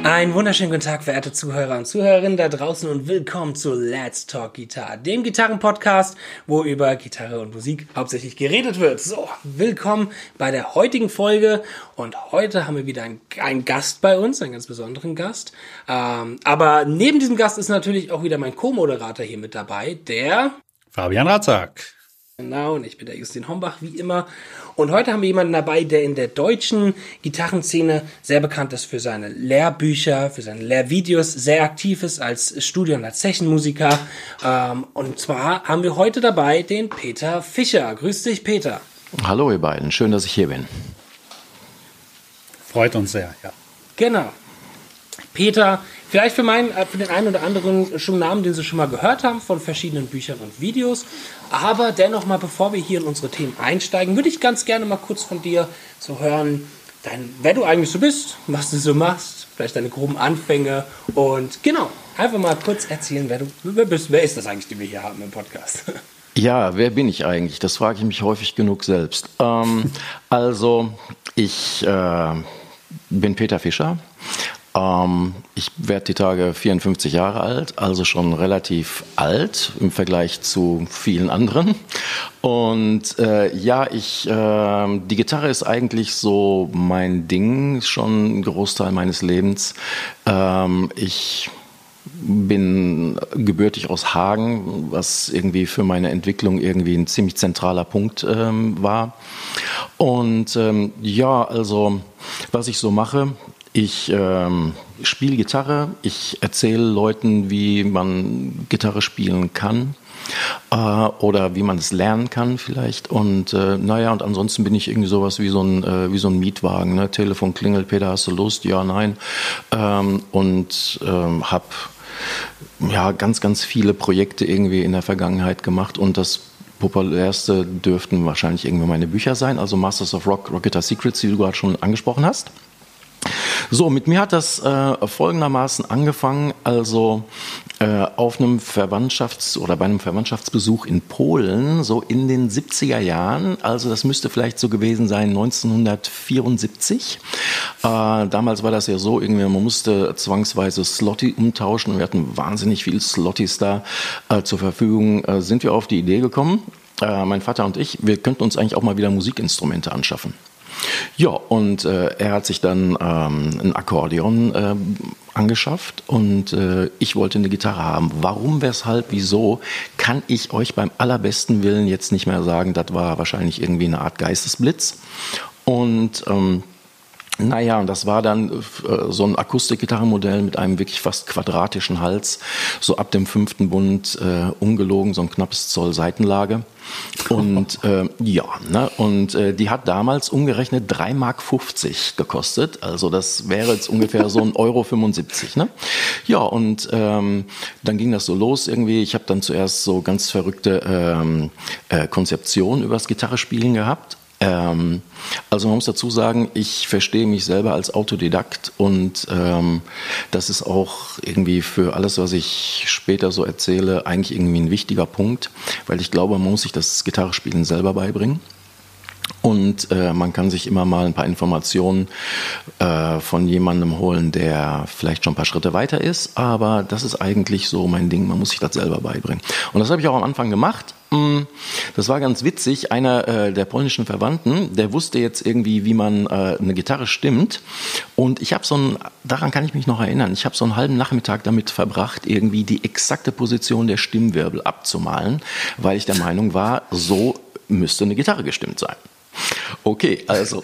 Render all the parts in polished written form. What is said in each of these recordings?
Einen wunderschönen guten Tag, verehrte Zuhörer und Zuhörerinnen da draußen und willkommen zu Let's Talk Guitar, dem Gitarrenpodcast, wo über Gitarre und Musik hauptsächlich geredet wird. So, willkommen bei der heutigen Folge und heute haben wir wieder einen Gast bei uns, einen ganz besonderen Gast. Aber neben diesem Gast ist natürlich auch wieder mein Co-Moderator hier mit dabei, der Fabian Ratzak. Genau, und ich bin der Justin Hombach, wie immer. Und heute haben wir jemanden dabei, der in der deutschen Gitarrenszene sehr bekannt ist für seine Lehrbücher, für seine Lehrvideos, sehr aktiv ist als Studio- und als Sessionmusiker. Und zwar haben wir heute dabei den Peter Fischer. Grüß dich, Peter. Hallo ihr beiden, schön, dass ich hier bin. Freut uns sehr, ja. Genau. Peter, vielleicht für den einen oder anderen schon einen Namen, den Sie schon mal gehört haben von verschiedenen Büchern und Videos. Aber dennoch mal, bevor wir hier in unsere Themen einsteigen, würde ich ganz gerne mal kurz von dir so hören, wer du eigentlich so bist, was du so machst, vielleicht deine groben Anfänge und genau, einfach mal kurz erzählen, wer du bist. Wer ist das eigentlich, den wir hier haben im Podcast? Ja, wer bin ich eigentlich? Das frage ich mich häufig genug selbst. Ich bin Peter Fischer. Ich werde die Tage 54 Jahre alt, also schon relativ alt im Vergleich zu vielen anderen. Und die Gitarre ist eigentlich so mein Ding, schon ein Großteil meines Lebens. Ich bin gebürtig aus Hagen, was irgendwie für meine Entwicklung irgendwie ein ziemlich zentraler Punkt war. Und was ich so mache, ich spiele Gitarre, ich erzähle Leuten, wie man Gitarre spielen kann oder wie man es lernen kann vielleicht. Und und ansonsten bin ich irgendwie sowas wie so ein Mietwagen. Ne? Telefon klingelt, Peter, hast du Lust? Ja, nein. Habe ganz, ganz viele Projekte irgendwie in der Vergangenheit gemacht und das populärste dürften wahrscheinlich irgendwie meine Bücher sein, also Masters of Rock, Rock Guitar Secrets, die du gerade schon angesprochen hast. So, mit mir hat das folgendermaßen angefangen, also auf einem bei einem Verwandtschaftsbesuch in Polen, so in den 70er Jahren, also das müsste vielleicht so gewesen sein 1974. Damals war das ja so, irgendwie man musste zwangsweise Slotty umtauschen und wir hatten wahnsinnig viel Slottys da zur Verfügung. Sind wir auf die Idee gekommen, mein Vater und ich, wir könnten uns eigentlich auch mal wieder Musikinstrumente anschaffen. Ja, und er hat sich dann ein Akkordeon angeschafft und ich wollte eine Gitarre haben. Warum, weshalb, wieso, kann ich euch beim allerbesten Willen jetzt nicht mehr sagen. Das war wahrscheinlich irgendwie eine Art Geistesblitz. Und und das war dann so ein Akustikgitarrenmodell mit einem wirklich fast quadratischen Hals, so ab dem 5. Bund, ungelogen, so ein knappes Zoll Seitenlage. Und die hat damals umgerechnet 3,50 Mark gekostet, also das wäre jetzt ungefähr so 1,75 €, ne? Ja, und dann ging das so los irgendwie. Ich habe dann zuerst so ganz verrückte Konzeptionen über das Gitarrespielen gehabt. Also man muss dazu sagen, ich verstehe mich selber als Autodidakt und das ist auch irgendwie für alles, was ich später so erzähle, eigentlich irgendwie ein wichtiger Punkt, weil ich glaube, man muss sich das Gitarrespielen selber beibringen. Und man kann sich immer mal ein paar Informationen von jemandem holen, der vielleicht schon ein paar Schritte weiter ist, aber das ist eigentlich so mein Ding, man muss sich das selber beibringen. Und das habe ich auch am Anfang gemacht. Das war ganz witzig, einer der polnischen Verwandten, der wusste jetzt irgendwie, wie man eine Gitarre stimmt und ich habe daran kann ich mich noch erinnern, ich habe so einen halben Nachmittag damit verbracht, irgendwie die exakte Position der Stimmwirbel abzumalen, weil ich der Meinung war, so müsste eine Gitarre gestimmt sein. Okay, also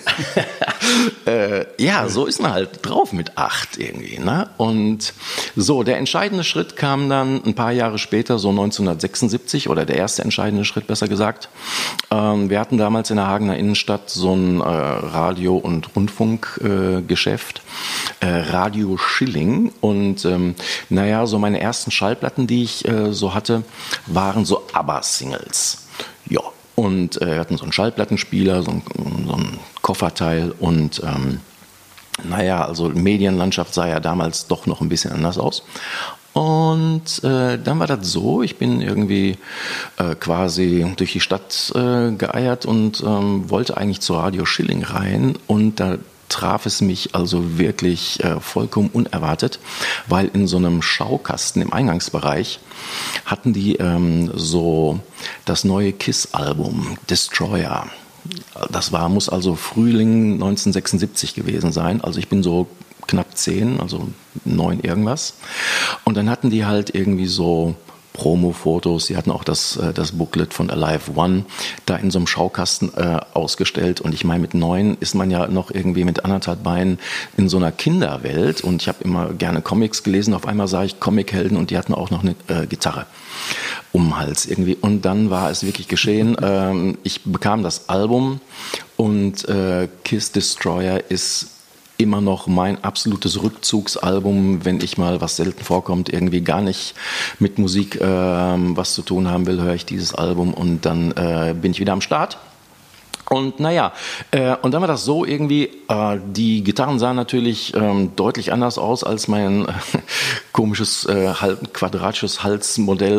so ist man halt drauf mit 8 irgendwie, ne? Und so, der entscheidende Schritt kam dann ein paar Jahre später, so 1976, oder der erste entscheidende Schritt, besser gesagt. Wir hatten damals in der Hagener Innenstadt so ein Radio- und Rundfunkgeschäft, Radio Schilling. Und so meine ersten Schallplatten, die ich so hatte, waren so ABBA-Singles. Ja. Und wir hatten so einen Schallplattenspieler, so ein Kofferteil und also Medienlandschaft sah ja damals doch noch ein bisschen anders aus. Und dann war das so, ich bin irgendwie quasi durch die Stadt geeiert und wollte eigentlich zu Radio Schilling rein und da traf es mich also wirklich vollkommen unerwartet, weil in so einem Schaukasten im Eingangsbereich hatten die so das neue KISS-Album Destroyer. Das muss also Frühling 1976 gewesen sein. Also ich bin so knapp 10, also 9 irgendwas. Und dann hatten die halt irgendwie so Promo-Fotos. Sie hatten auch das Booklet von Alive One da in so einem Schaukasten ausgestellt. Und ich meine, mit 9 ist man ja noch irgendwie mit 1,5 Beinen in so einer Kinderwelt. Und ich habe immer gerne Comics gelesen. Auf einmal sah ich Comichelden und die hatten auch noch eine Gitarre um den Hals irgendwie. Und dann war es wirklich geschehen. Ich bekam das Album und Kiss Destroyer ist immer noch mein absolutes Rückzugsalbum, wenn ich mal, was selten vorkommt, irgendwie gar nicht mit Musik was zu tun haben will, höre ich dieses Album und dann bin ich wieder am Start. Und naja, und dann war das so irgendwie, die Gitarren sahen natürlich deutlich anders aus als mein komisches quadratisches Halsmodell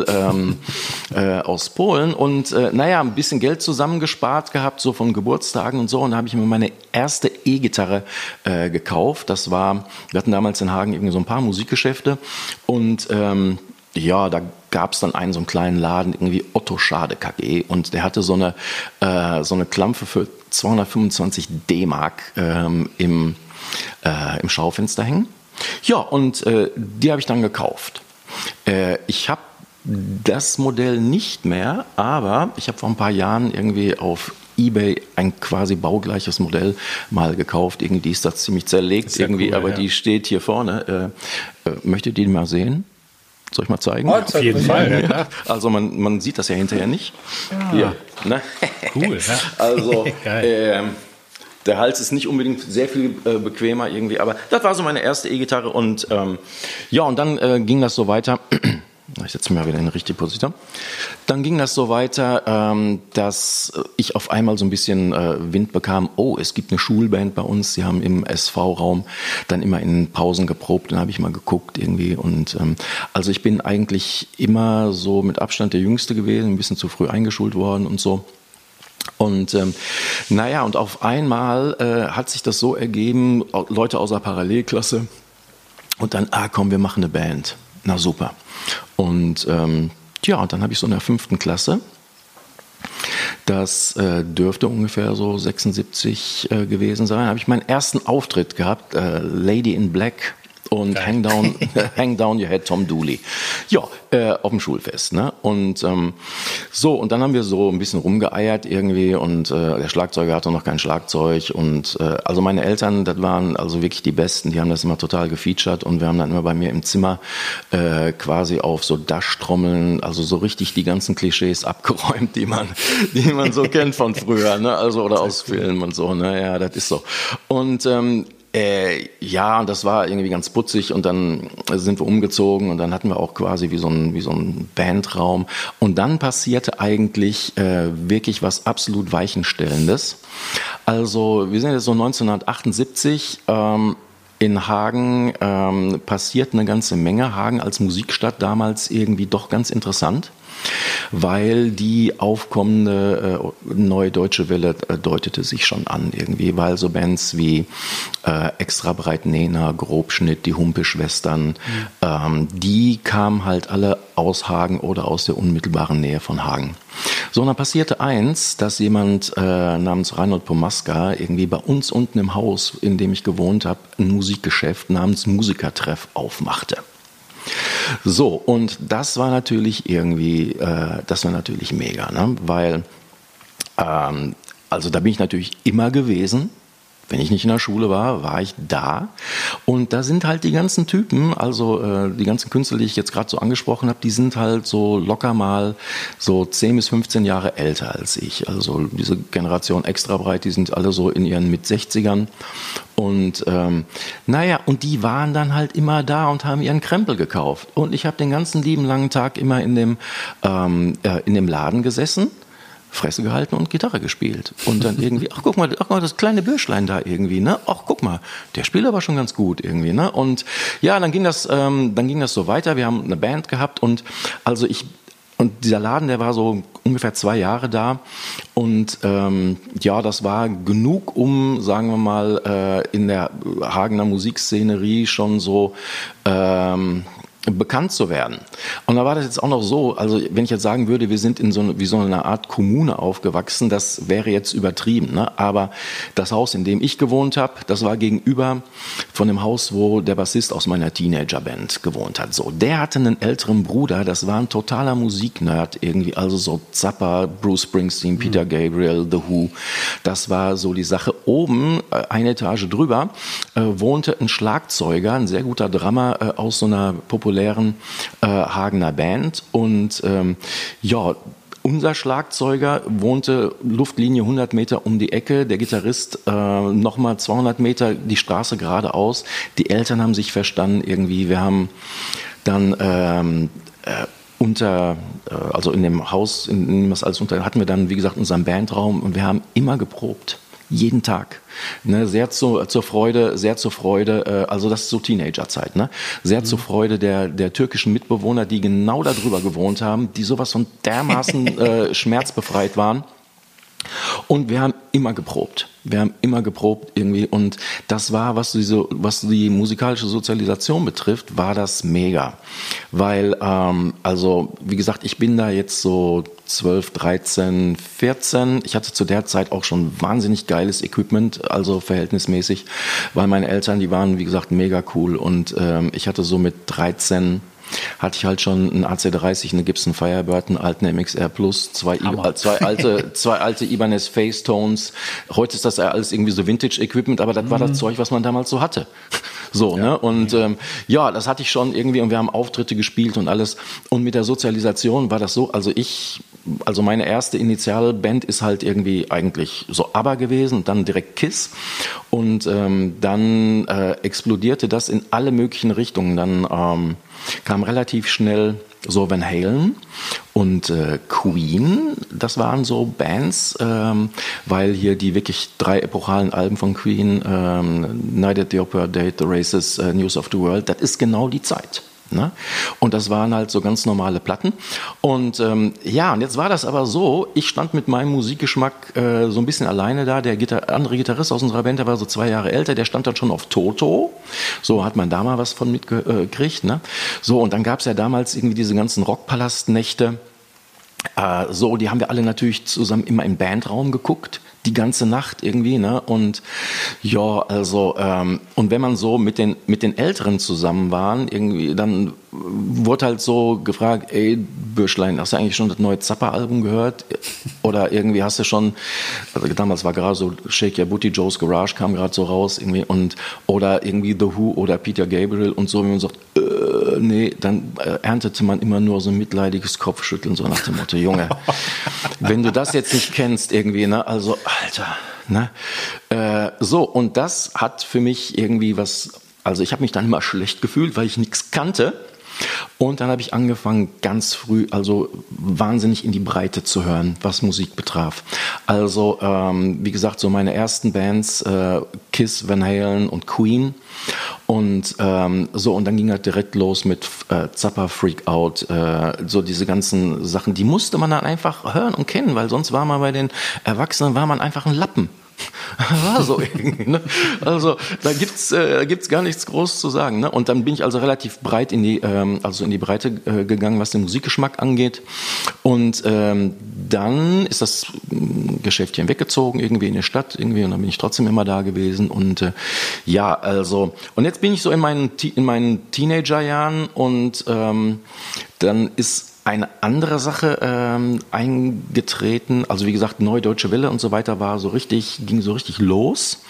aus Polen. Und naja, ein bisschen Geld zusammengespart gehabt, so von Geburtstagen und so. Und da habe ich mir meine erste E-Gitarre gekauft. Wir hatten damals in Hagen irgendwie so ein paar Musikgeschäfte und ja, da gab es dann so einen kleinen Laden, irgendwie Otto Schade KG, und der hatte so eine Klampfe für 225 D-Mark im Schaufenster hängen. Ja, und die habe ich dann gekauft. Ich habe das Modell nicht mehr, aber ich habe vor ein paar Jahren irgendwie auf eBay ein quasi baugleiches Modell mal gekauft. Irgendwie ist das ziemlich zerlegt, irgendwie, cool, aber ja. Die steht hier vorne. Möchtet ihr die mal sehen? Soll ich mal zeigen? Auf jeden Fall. Ja. Also man sieht das ja hinterher nicht. Ja. Hier, ne? Cool. Ja. Also der Hals ist nicht unbedingt sehr viel bequemer irgendwie, aber das war so meine erste E-Gitarre und ja, und dann ging das so weiter. Ich setze mich mal wieder in die richtige Position. Dann ging das so weiter, dass ich auf einmal so ein bisschen Wind bekam. Oh, es gibt eine Schulband bei uns. Sie haben im SV-Raum dann immer in Pausen geprobt. Dann habe ich mal geguckt irgendwie. Und also ich bin eigentlich immer so mit Abstand der Jüngste gewesen, ein bisschen zu früh eingeschult worden und so. Und naja, und auf einmal hat sich das so ergeben, Leute aus der Parallelklasse. Und dann, komm, wir machen eine Band. Na super. Und ja, und dann habe ich so in der 5. Klasse, das dürfte ungefähr so 76 gewesen sein, habe ich meinen ersten Auftritt gehabt, Lady in Black und Hang Down Your Head, Tom Dooley. Ja, auf dem Schulfest, ne? Und so, und dann haben wir so ein bisschen rumgeeiert irgendwie und der Schlagzeuger hatte noch kein Schlagzeug und also meine Eltern, das waren also wirklich die Besten, die haben das immer total gefeatured und wir haben dann immer bei mir im Zimmer quasi auf so Dash-Trommeln, also so richtig die ganzen Klischees abgeräumt, die man so kennt von früher, ne? Also oder aus Filmen und so, ne? Ja, das ist so. Und ja, das war irgendwie ganz putzig und dann sind wir umgezogen und dann hatten wir auch quasi wie so ein Bandraum und dann passierte eigentlich wirklich was absolut Weichenstellendes. Also wir sind jetzt so 1978, in Hagen passiert eine ganze Menge. Hagen als Musikstadt damals irgendwie doch ganz interessant, weil die aufkommende neue deutsche Welle deutete sich schon an irgendwie, weil so Bands wie Extra Breit Nena, Grobschnitt, die Humpe-Schwestern, die kamen halt alle aus Hagen oder aus der unmittelbaren Nähe von Hagen. So, und dann passierte eins, dass jemand namens Reinhold Pomaska irgendwie bei uns unten im Haus, in dem ich gewohnt habe, ein Musikgeschäft namens Musikertreff aufmachte. So, und das war natürlich irgendwie, mega, ne? Weil, also da bin ich natürlich immer gewesen. Wenn ich nicht in der Schule war ich da. Und da sind halt die ganzen Typen, also die ganzen Künstler, die ich jetzt gerade so angesprochen habe, die sind halt so locker mal so 10 bis 15 Jahre älter als ich. Also diese Generation Extra Breit, die sind alle so in ihren Mit-60ern. Und naja, und die waren dann halt immer da und haben ihren Krempel gekauft. Und ich habe den ganzen lieben langen Tag immer in dem Laden gesessen, Fresse gehalten und Gitarre gespielt. Und dann irgendwie, ach guck mal, das kleine Bürschlein da irgendwie, ne? Ach guck mal, der spielt aber schon ganz gut irgendwie, ne? Und ja, dann ging das so weiter. Wir haben eine Band gehabt und dieser Laden, der war so ungefähr 2 Jahre da und ja, das war genug, um, sagen wir mal, in der Hagener Musikszenerie schon so bekannt zu werden. Und da war das jetzt auch noch so, also wenn ich jetzt sagen würde, wir sind in wie so einer Art Kommune aufgewachsen, das wäre jetzt übertrieben, ne? Aber das Haus, in dem ich gewohnt habe, das war gegenüber von dem Haus, wo der Bassist aus meiner Teenagerband gewohnt hat. So, der hatte einen älteren Bruder, das war ein totaler Musiknerd irgendwie, also so Zappa, Bruce Springsteen, Peter Gabriel, The Who. Das war so die Sache. Oben, eine Etage drüber, wohnte ein Schlagzeuger, ein sehr guter Drummer aus so einer populären Hagener Band und ja, unser Schlagzeuger wohnte Luftlinie 100 Meter um die Ecke, der Gitarrist nochmal 200 Meter die Straße geradeaus. Die Eltern haben sich verstanden irgendwie. Wir haben dann also in dem Haus, in dem das alles hatten wir dann, wie gesagt, unseren Bandraum und wir haben immer geprobt. Jeden Tag. Ne, sehr zur Freude, also das ist so Teenagerzeit, ne? Sehr zur Freude der türkischen Mitbewohner, die genau da drüber gewohnt haben, die sowas von dermaßen schmerzbefreit waren. Und wir haben immer geprobt. Irgendwie und das war, was die musikalische Sozialisation betrifft, war das mega. Weil, also wie gesagt, ich bin da jetzt so 12, 13, 14. Ich hatte zu der Zeit auch schon wahnsinnig geiles Equipment, also verhältnismäßig, weil meine Eltern, die waren, wie gesagt, mega cool und ich hatte so mit 13 hatte ich halt schon einen AC30, eine Gibson Firebird, einen alten MXR Plus, zwei alte Ibanez Facetones. Heute ist das alles irgendwie so Vintage-Equipment, aber das war das Zeug, was man damals so hatte. So, ja. Ne? Und ja, das hatte ich schon irgendwie und wir haben Auftritte gespielt und alles. Und mit der Sozialisation war das so, also meine erste Initialband ist halt irgendwie eigentlich so ABBA gewesen und dann direkt KISS. Und dann explodierte das in alle möglichen Richtungen. Dann kam relativ schnell so Van Halen und Queen, das waren so Bands, weil hier die wirklich 3 epochalen Alben von Queen, Night at the Opera, Date, The Races, News of the World, das ist genau die Zeit. Ne? Und das waren halt so ganz normale Platten. Und ja, und jetzt war das aber so, ich stand mit meinem Musikgeschmack so ein bisschen alleine da. Der andere Gitarrist aus unserer Band, der war so 2 Jahre älter, der stand dann schon auf Toto. So hat man da mal was von mitgekriegt. Ne? So, und dann gab es ja damals irgendwie diese ganzen Rockpalastnächte. So, die haben wir alle natürlich zusammen immer im Bandraum geguckt. Die ganze Nacht irgendwie, ne? Und ja, also und wenn man so mit den Älteren zusammen waren, irgendwie, dann wurde halt so gefragt, ey, Bürschlein, hast du eigentlich schon das neue Zappa-Album gehört? Oder irgendwie hast du schon, also damals war gerade so Shake Your Booty, Joe's Garage kam gerade so raus, irgendwie, oder irgendwie The Who oder Peter Gabriel und so, wie man sagt, nee, dann erntete man immer nur so ein mitleidiges Kopfschütteln, so nach dem Motto, Junge, wenn du das jetzt nicht kennst, irgendwie, ne, also, Alter, ne, so, und das hat für mich irgendwie was, also ich habe mich dann immer schlecht gefühlt, weil ich nichts kannte. Und dann habe ich angefangen, ganz früh, also wahnsinnig in die Breite zu hören, was Musik betraf. Also, wie gesagt, so meine ersten Bands, KISS, Van Halen und Queen. Und so, und dann ging halt direkt los mit Zappa, Freak Out, so diese ganzen Sachen, die musste man dann einfach hören und kennen, weil sonst war man bei den Erwachsenen, war man einfach ein Lappen. War so irgendwie, ne? Also da gibt's gar nichts groß zu sagen, ne? Und dann bin ich also relativ breit in die Breite gegangen, was den Musikgeschmack angeht. Und dann ist das Geschäftchen weggezogen irgendwie in die Stadt irgendwie und dann bin ich trotzdem immer da gewesen und ja, also und jetzt bin ich so in meinen Teenagerjahren und dann ist eine andere Sache eingetreten, also wie gesagt, Neue Deutsche Welle und so weiter ging so richtig los.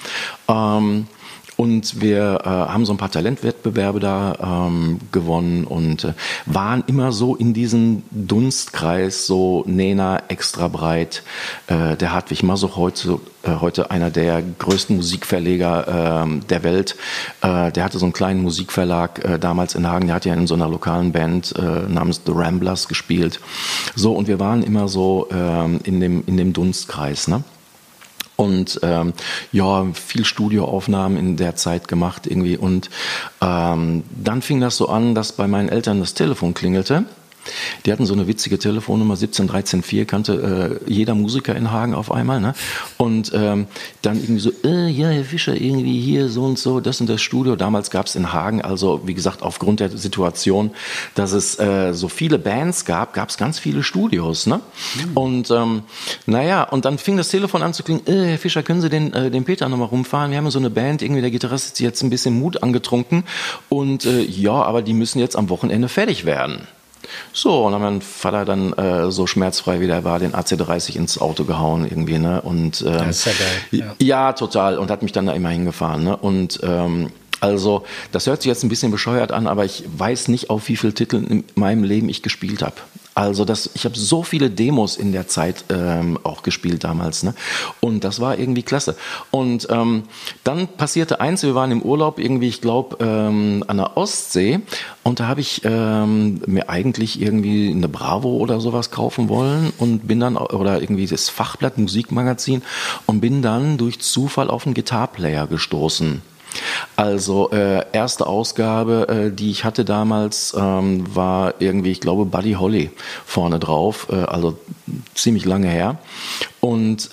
Und wir haben so ein paar Talentwettbewerbe da gewonnen und waren immer so in diesem Dunstkreis, so Nena, extra breit. Der Hartwig Masuch, heute einer der größten Musikverleger der Welt. Der hatte so einen kleinen Musikverlag damals in Hagen. Der hat ja in so einer lokalen Band namens The Ramblers gespielt. So, und wir waren immer so in dem Dunstkreis, ne? Und ja, viel Studioaufnahmen in der Zeit gemacht irgendwie. Und dann fing das so an, dass bei meinen Eltern das Telefon klingelte. Die hatten so eine witzige Telefonnummer, 17134, kannte jeder Musiker in Hagen auf einmal. Ne? Und dann irgendwie so, ja, Herr Fischer, irgendwie hier so und so, das und das Studio. Damals gab es in Hagen, also wie gesagt, aufgrund der Situation, dass es so viele Bands gab es ganz viele Studios. Ne? Und naja, und dann fing das Telefon an zu klingen, Herr Fischer, können Sie den Peter nochmal rumfahren? Wir haben so eine Band, irgendwie der Gitarrist ist jetzt ein bisschen Mut angetrunken und ja, aber die müssen jetzt am Wochenende fertig werden. So, und dann hat mein Vater dann so schmerzfrei wie der war, den AC30 ins Auto gehauen irgendwie, ne? Und das ist ja geil. Ja, total. Und hat mich dann da immer hingefahren, ne? Und also, das hört sich jetzt ein bisschen bescheuert an, aber ich weiß nicht, auf wie viele Titel in meinem Leben ich gespielt habe. Also ich habe so viele Demos in der Zeit auch gespielt damals, ne? Und das war irgendwie klasse. Und dann passierte eins, wir waren im Urlaub irgendwie, ich glaube, an der Ostsee, und da habe ich mir eigentlich irgendwie eine Bravo oder sowas kaufen wollen und bin dann, oder irgendwie das Fachblatt Musikmagazin, und bin dann durch Zufall auf einen Guitar-Player gestoßen. Also erste Ausgabe, die ich hatte damals, war irgendwie, ich glaube, Buddy Holly vorne drauf, also ziemlich lange her. Und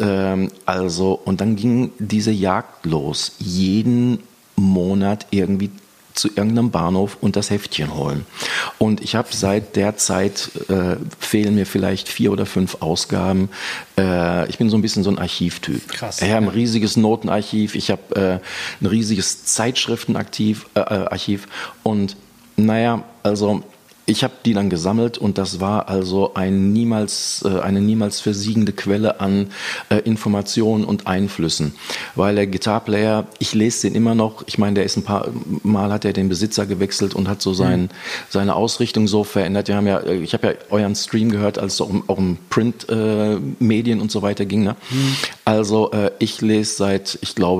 und dann ging diese Jagd los, jeden Monat irgendwie zu irgendeinem Bahnhof und das Heftchen holen. Und ich habe seit der Zeit, fehlen mir vielleicht 4 oder 5 Ausgaben. Ich bin so ein bisschen so ein Archivtyp. Krass. Ich habe ein riesiges Notenarchiv, ich habe ein riesiges Zeitschriftenarchiv und naja, also ich habe die dann gesammelt, und das war also eine niemals versiegende Quelle an Informationen und Einflüssen. Weil der Guitar-Player, ich lese den immer noch, ich meine, der ist ein paar Mal, hat er den Besitzer gewechselt und hat so seine Ausrichtung so verändert. Ich habe ja euren Stream gehört, als es auch um Print-Medien und so weiter ging. Ne? Also ich lese seit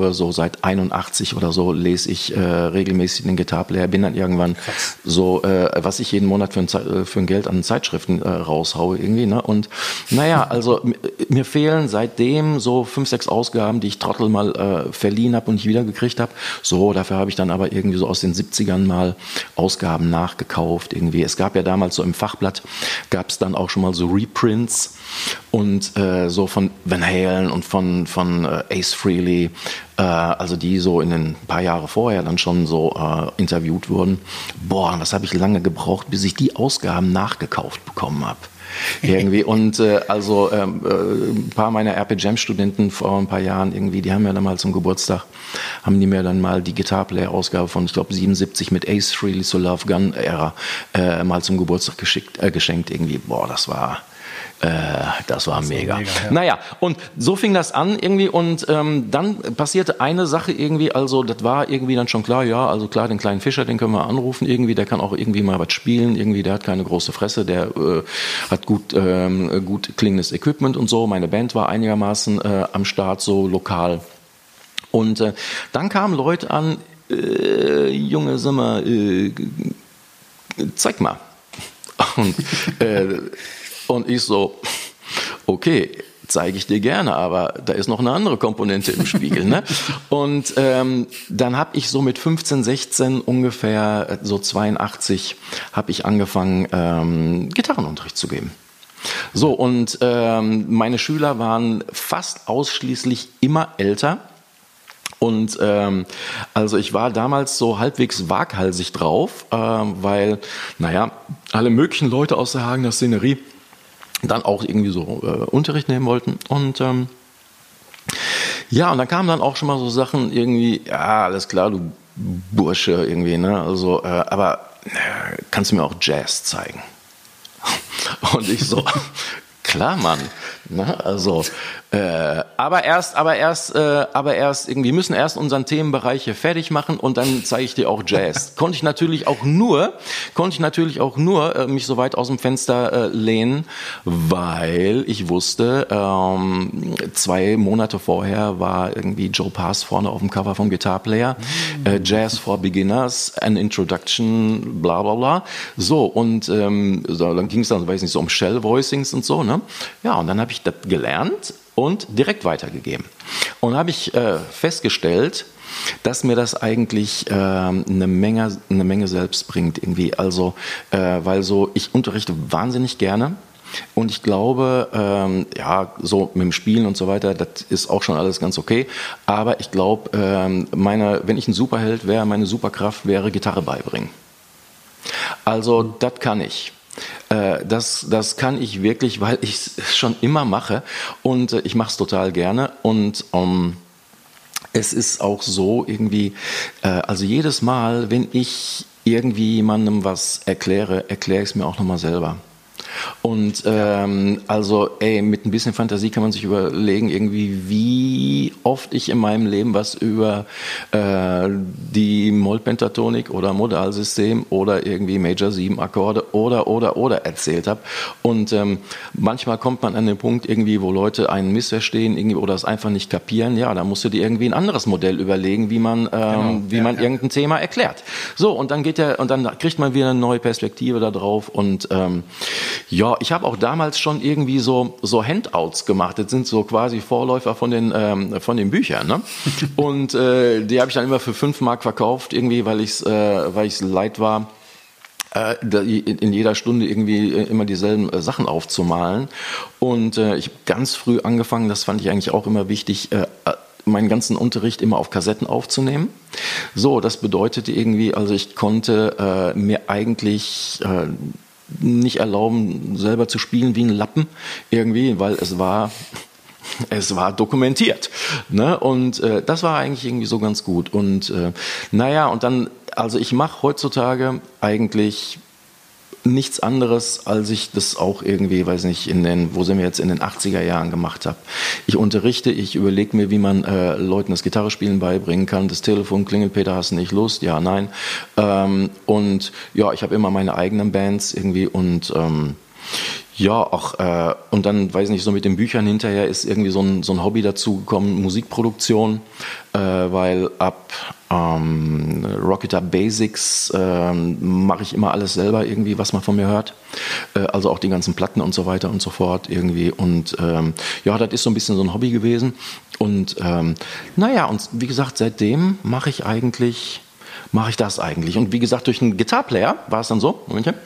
81 oder so, lese ich regelmäßig den Guitar-Player, bin dann irgendwann so, was ich jeden Monat für ein Geld an Zeitschriften raushaue irgendwie, ne? Und naja, also mir fehlen seitdem so 5, 6 Ausgaben, die ich Trottel mal verliehen habe und nicht wiedergekriegt habe. So, dafür habe ich dann aber irgendwie so aus den 70ern mal Ausgaben nachgekauft irgendwie. Es gab ja damals so im Fachblatt, gab es dann auch schon mal so Reprints und so von Van Halen und von Ace Frehley, also die so in den paar Jahre vorher dann schon so interviewt wurden. Boah, was habe ich lange gebraucht, bis ich die Ausgaben nachgekauft bekommen habe. Irgendwie. Und ein paar meiner RP-Jam-Studenten vor ein paar Jahren irgendwie, die haben mir dann mal zum Geburtstag, haben die mir dann mal die Guitar-Player-Ausgabe von, ich glaube, 77 mit Ace Frehley zur Love Gun-Ära mal zum Geburtstag geschenkt irgendwie. Boah, das war mega. Ja. Naja, und so fing das an irgendwie, und dann passierte eine Sache irgendwie, also das war irgendwie dann schon klar, ja, also klar, den kleinen Fischer, den können wir anrufen irgendwie, der kann auch irgendwie mal was spielen, irgendwie, der hat keine große Fresse, der hat gut klingendes Equipment und so, meine Band war einigermaßen am Start, so lokal. Und dann kamen Leute an, Junge, sag mal, zeig mal. Und ich so, okay, zeige ich dir gerne, aber da ist noch eine andere Komponente im Spiegel. Ne? Und dann habe ich so mit 15, 16 ungefähr, so 82, habe ich angefangen, Gitarrenunterricht zu geben. So, und meine Schüler waren fast ausschließlich immer älter. Und also ich war damals so halbwegs waghalsig drauf, weil, naja, alle möglichen Leute aus der Hagener Szenerie dann auch irgendwie so Unterricht nehmen wollten. Und ja, und dann kamen dann auch schon mal so Sachen irgendwie, ja, alles klar, du Bursche irgendwie, ne? Also, aber kannst du mir auch Jazz zeigen? Und ich so, klar, Mann. Ne? Also, aber erst irgendwie, wir müssen erst unseren Themenbereich hier fertig machen und dann zeige ich dir auch Jazz. Konnte ich natürlich auch nur mich so weit aus dem Fenster lehnen, weil ich wusste, 2 Monate vorher war irgendwie Joe Pass vorne auf dem Cover vom Guitar Player, Jazz for Beginners, an Introduction, bla bla bla. So, und so, dann ging es dann, weiß nicht, so um Shell Voicings und so, ne? Ja, und dann habe ich das gelernt. und direkt weitergegeben. Und habe ich festgestellt, dass mir das eigentlich eine Menge selbst bringt irgendwie. Also, weil ich unterrichte wahnsinnig gerne. Und ich glaube, so mit dem Spielen und so weiter, das ist auch schon alles ganz okay. Aber ich glaube, wenn ich ein Superheld wäre, meine Superkraft wäre Gitarre beibringen. Also, das kann ich. Das kann ich wirklich, weil ich es schon immer mache und ich mache es total gerne und es ist auch so irgendwie, also jedes Mal, wenn ich irgendwie jemandem was erkläre ich es mir auch nochmal selber. Und also mit ein bisschen Fantasie kann man sich überlegen, irgendwie wie oft ich in meinem Leben was über die Mollpentatonik oder Modalsystem oder irgendwie Major 7 Akkorde oder erzählt habe. Und manchmal kommt man an den Punkt irgendwie, wo Leute einen missverstehen irgendwie, oder es einfach nicht kapieren. Ja, da musst du dir irgendwie ein anderes Modell überlegen, wie man irgendein Thema erklärt. So, und dann dann kriegt man wieder eine neue Perspektive da drauf und ja, ich habe auch damals schon irgendwie so Handouts gemacht. Das sind so quasi Vorläufer von den Büchern. Ne? Und die habe ich dann immer für 5 Mark verkauft, irgendwie, weil ich es leid war, in jeder Stunde irgendwie immer dieselben Sachen aufzumalen. Und ich habe ganz früh angefangen, das fand ich eigentlich auch immer wichtig, meinen ganzen Unterricht immer auf Kassetten aufzunehmen. So, das bedeutete irgendwie, also ich konnte mir eigentlich nicht erlauben, selber zu spielen wie ein Lappen irgendwie, weil es war dokumentiert. Ne? Und das war eigentlich irgendwie so ganz gut. Und und dann, also ich mache heutzutage eigentlich nichts anderes, als ich das auch irgendwie, weiß nicht, in den 80er Jahren gemacht habe. Ich unterrichte, ich überlege mir, wie man Leuten das Gitarrespielen beibringen kann. Das Telefon klingelt, Peter, hast du nicht Lust? Ja, nein. Und ja, ich habe immer meine eigenen Bands irgendwie und und dann, weiß nicht, so mit den Büchern hinterher ist irgendwie so ein Hobby dazu gekommen, Musikproduktion, weil ab Rocketer Basics mache ich immer alles selber irgendwie, was man von mir hört. Also auch die ganzen Platten und so weiter und so fort irgendwie. Und das ist so ein bisschen so ein Hobby gewesen. Und und wie gesagt, seitdem mache ich das eigentlich. Und wie gesagt, durch einen Guitar-Player war es dann so, Momentchen.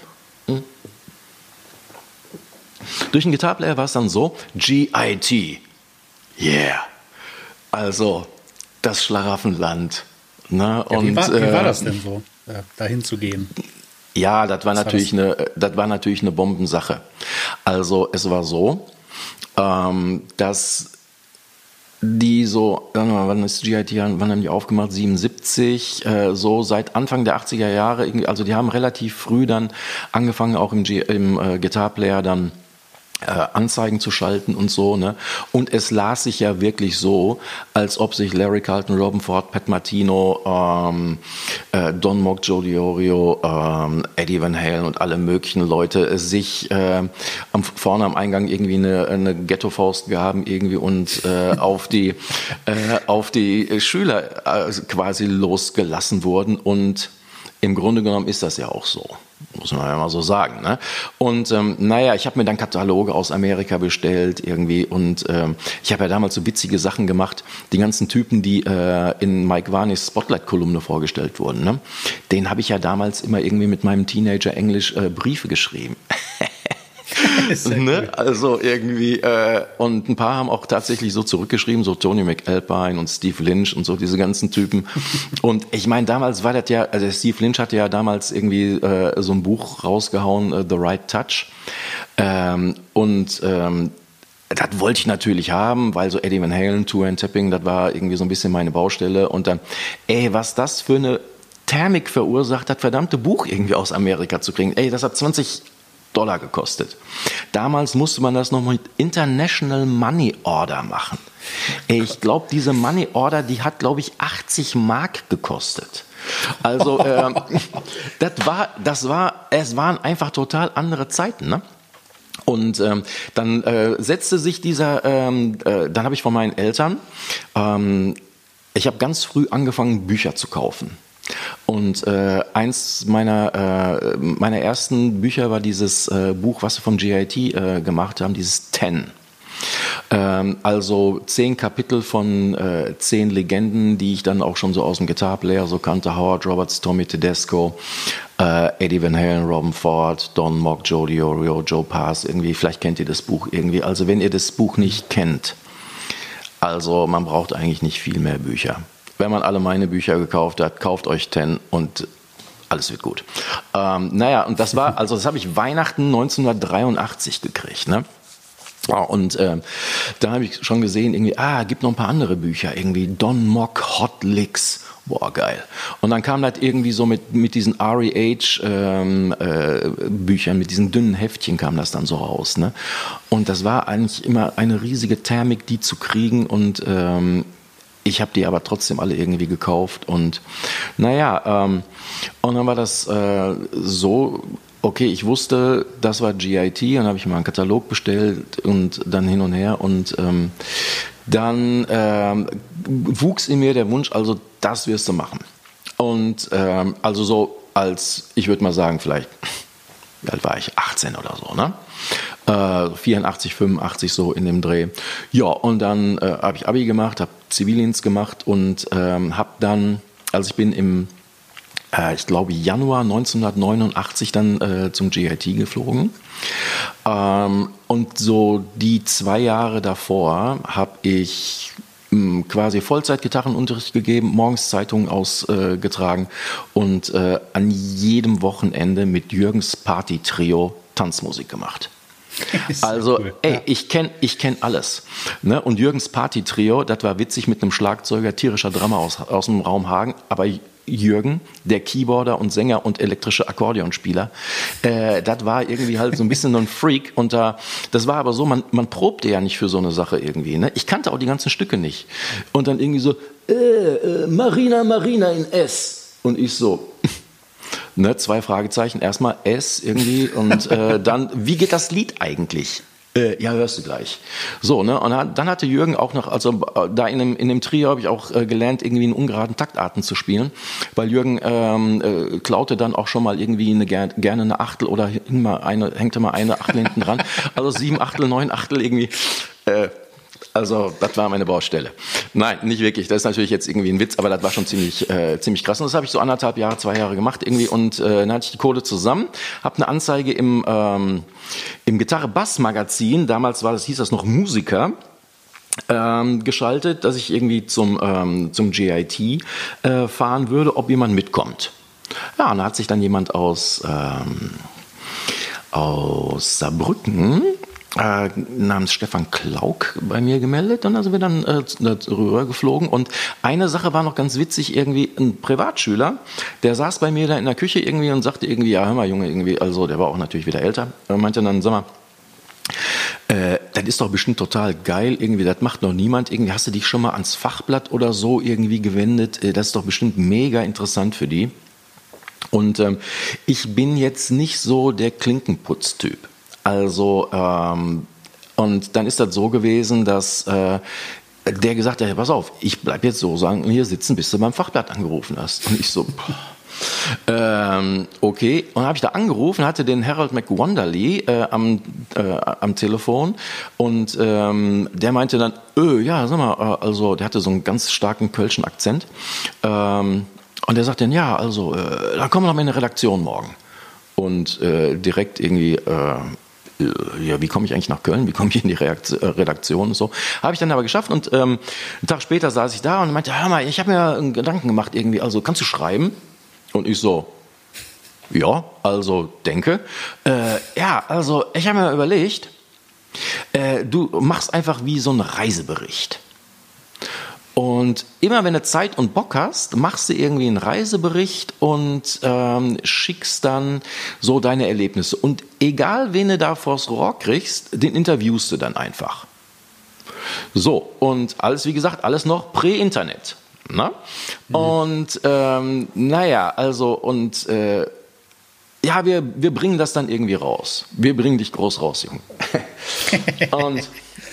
Durch einen Guitar-Player war es dann so, GIT, yeah, also das Schlaraffenland. Ne? Ja, wie war das denn so, dahin zu gehen? Ja, das war natürlich eine Bombensache. Also es war so, dass die so, wann ist GIT, wann haben die aufgemacht? 77, so seit Anfang der 80er Jahre, also die haben relativ früh dann angefangen, auch im Guitar-Player dann Anzeigen zu schalten und so, ne? Und es las sich ja wirklich so, als ob sich Larry Carlton, Robin Ford, Pat Martino, Don Mock, Joe DiOrio, Eddie Van Halen und alle möglichen Leute sich vorne am Eingang irgendwie eine Ghetto-Faust gaben irgendwie und auf die Schüler quasi losgelassen wurden. Und im Grunde genommen ist das ja auch so. Muss man ja mal so sagen. Ne? Und ich habe mir dann Kataloge aus Amerika bestellt irgendwie und ich habe ja damals so witzige Sachen gemacht. Die ganzen Typen, die in Mike Varneys Spotlight-Kolumne vorgestellt wurden, ne? Den habe ich ja damals immer irgendwie mit meinem Teenager-Englisch Briefe geschrieben. Ne? Also irgendwie, und ein paar haben auch tatsächlich so zurückgeschrieben, so Tony McAlpine und Steve Lynch und so diese ganzen Typen. Und ich meine, damals war das ja, also Steve Lynch hatte ja damals irgendwie so ein Buch rausgehauen, The Right Touch. Das wollte ich natürlich haben, weil so Eddie Van Halen, Two-Hand-Tapping, das war irgendwie so ein bisschen meine Baustelle. Und dann, was das für eine Thermik verursacht, das verdammte Buch irgendwie aus Amerika zu kriegen. Das hat $20 gekostet. Damals musste man das noch mit International Money Order machen. Ich glaube, diese Money Order, die hat, glaube ich, 80 Mark gekostet. Also, es waren einfach total andere Zeiten, ne? Und dann setzte sich dann habe ich von meinen Eltern, ich habe ganz früh angefangen, Bücher zu kaufen. Und eins meiner ersten Bücher war dieses Buch, was wir vom GIT gemacht haben, dieses 10. Also 10 Kapitel von 10 Legenden, die ich dann auch schon so aus dem Guitar-Player so kannte. Howard Roberts, Tommy Tedesco, Eddie Van Halen, Robben Ford, Don Mock, Joe DiOrio, Joe Pass. Irgendwie, vielleicht kennt ihr das Buch irgendwie. Also wenn ihr das Buch nicht kennt, also man braucht eigentlich nicht viel mehr Bücher. Wenn man alle meine Bücher gekauft hat, kauft euch 10 und alles wird gut. Naja, und das habe ich Weihnachten 1983 gekriegt, ne? Und da habe ich schon gesehen, irgendwie, gibt noch ein paar andere Bücher, irgendwie Don Mock, Hot Licks, boah, geil. Und dann kam das irgendwie so mit diesen REH-Büchern, mit diesen dünnen Heftchen kam das dann so raus, ne? Und das war eigentlich immer eine riesige Thermik, die zu kriegen und ich habe die aber trotzdem alle irgendwie gekauft und naja, und dann war das so, okay, ich wusste, das war GIT, dann habe ich mal einen Katalog bestellt und dann hin und her und dann wuchs in mir der Wunsch, also das wirst du machen. Und also so als, ich würde mal sagen, vielleicht, wie alt war ich, 18 oder so, ne? 84, 85 so in dem Dreh. Ja, und dann habe ich Abi gemacht, habe Zivildienst gemacht und habe dann, also ich bin im ich glaube Januar 1989 dann zum GIT geflogen. Und so die 2 Jahre davor habe ich quasi Vollzeit-Gitarrenunterricht gegeben, morgens Zeitungen ausgetragen und an jedem Wochenende mit Jürgens Party-Trio Tanzmusik gemacht. Also, cool. Ey, ich kenn alles. Ne? Und Jürgens Party-Trio, das war witzig mit einem Schlagzeuger, tierischer Drummer aus dem Raum Hagen, aber Jürgen, der Keyboarder und Sänger und elektrische Akkordeonspieler, das war irgendwie halt so ein bisschen ein Freak und das war aber so, man probte ja nicht für so eine Sache irgendwie, ne? Ich kannte auch die ganzen Stücke nicht und dann irgendwie so, Marina in S und ich so, ne, 2 Fragezeichen, erstmal S irgendwie und dann, wie geht das Lied eigentlich? Ja, hörst du gleich. So, ne? Und dann hatte Jürgen auch noch, also da in dem Trio habe ich auch gelernt, irgendwie in ungeraden Taktarten zu spielen, weil Jürgen klaute dann auch schon mal irgendwie gerne eine Achtel oder hängte mal eine Achtel hinten dran. Also 7 Achtel, 9 Achtel irgendwie. Also, das war meine Baustelle. Nein, nicht wirklich. Das ist natürlich jetzt irgendwie ein Witz, aber das war schon ziemlich krass. Und das habe ich so 1,5 Jahre, 2 Jahre gemacht irgendwie. Und dann hatte ich die Kohle zusammen, habe eine Anzeige im Gitarre-Bass-Magazin, damals hieß das noch Musiker, geschaltet, dass ich irgendwie zum GIT fahren würde, ob jemand mitkommt. Ja, und da hat sich dann jemand aus Saarbrücken namens Stefan Klauk bei mir gemeldet und dann sind wir dann rüber geflogen und eine Sache war noch ganz witzig, irgendwie ein Privatschüler, der saß bei mir da in der Küche irgendwie und sagte irgendwie, ja hör mal Junge, irgendwie, also der war auch natürlich wieder älter, meinte dann, sag mal, das ist doch bestimmt total geil, irgendwie, das macht noch niemand, irgendwie hast du dich schon mal ans Fachblatt oder so irgendwie gewendet, das ist doch bestimmt mega interessant für die und ich bin jetzt nicht so der Klinkenputz-Typ. Also, und dann ist das so gewesen, dass der gesagt hat, pass auf, ich bleib jetzt so sagen hier sitzen, bis du beim Fachblatt angerufen hast. Und ich so, okay. Und dann habe ich da angerufen, hatte den Harold McWonderly am Telefon und der meinte dann, ja, sag mal, also der hatte so einen ganz starken kölschen Akzent und der sagt dann, ja, also da kommen wir noch mal in eine Redaktion morgen. Und direkt irgendwie ja, wie komme ich eigentlich nach Köln, wie komme ich in die Redaktion und so. Habe ich dann aber geschafft und einen Tag später saß ich da und meinte, hör mal, ich habe mir einen Gedanken gemacht irgendwie, also kannst du schreiben? Und ich so, ja, also denke. Ja, also ich habe mir überlegt, du machst einfach wie so einen Reisebericht. Und immer wenn du Zeit und Bock hast, machst du irgendwie einen Reisebericht und schickst dann so deine Erlebnisse. Und egal, wen du da vors Rohr kriegst, den interviewst du dann einfach. So, und alles, wie gesagt, alles noch Prä-Internet. Ne? Mhm. Und naja, also und ja, wir bringen das dann irgendwie raus. Wir bringen dich groß raus, Junge. Und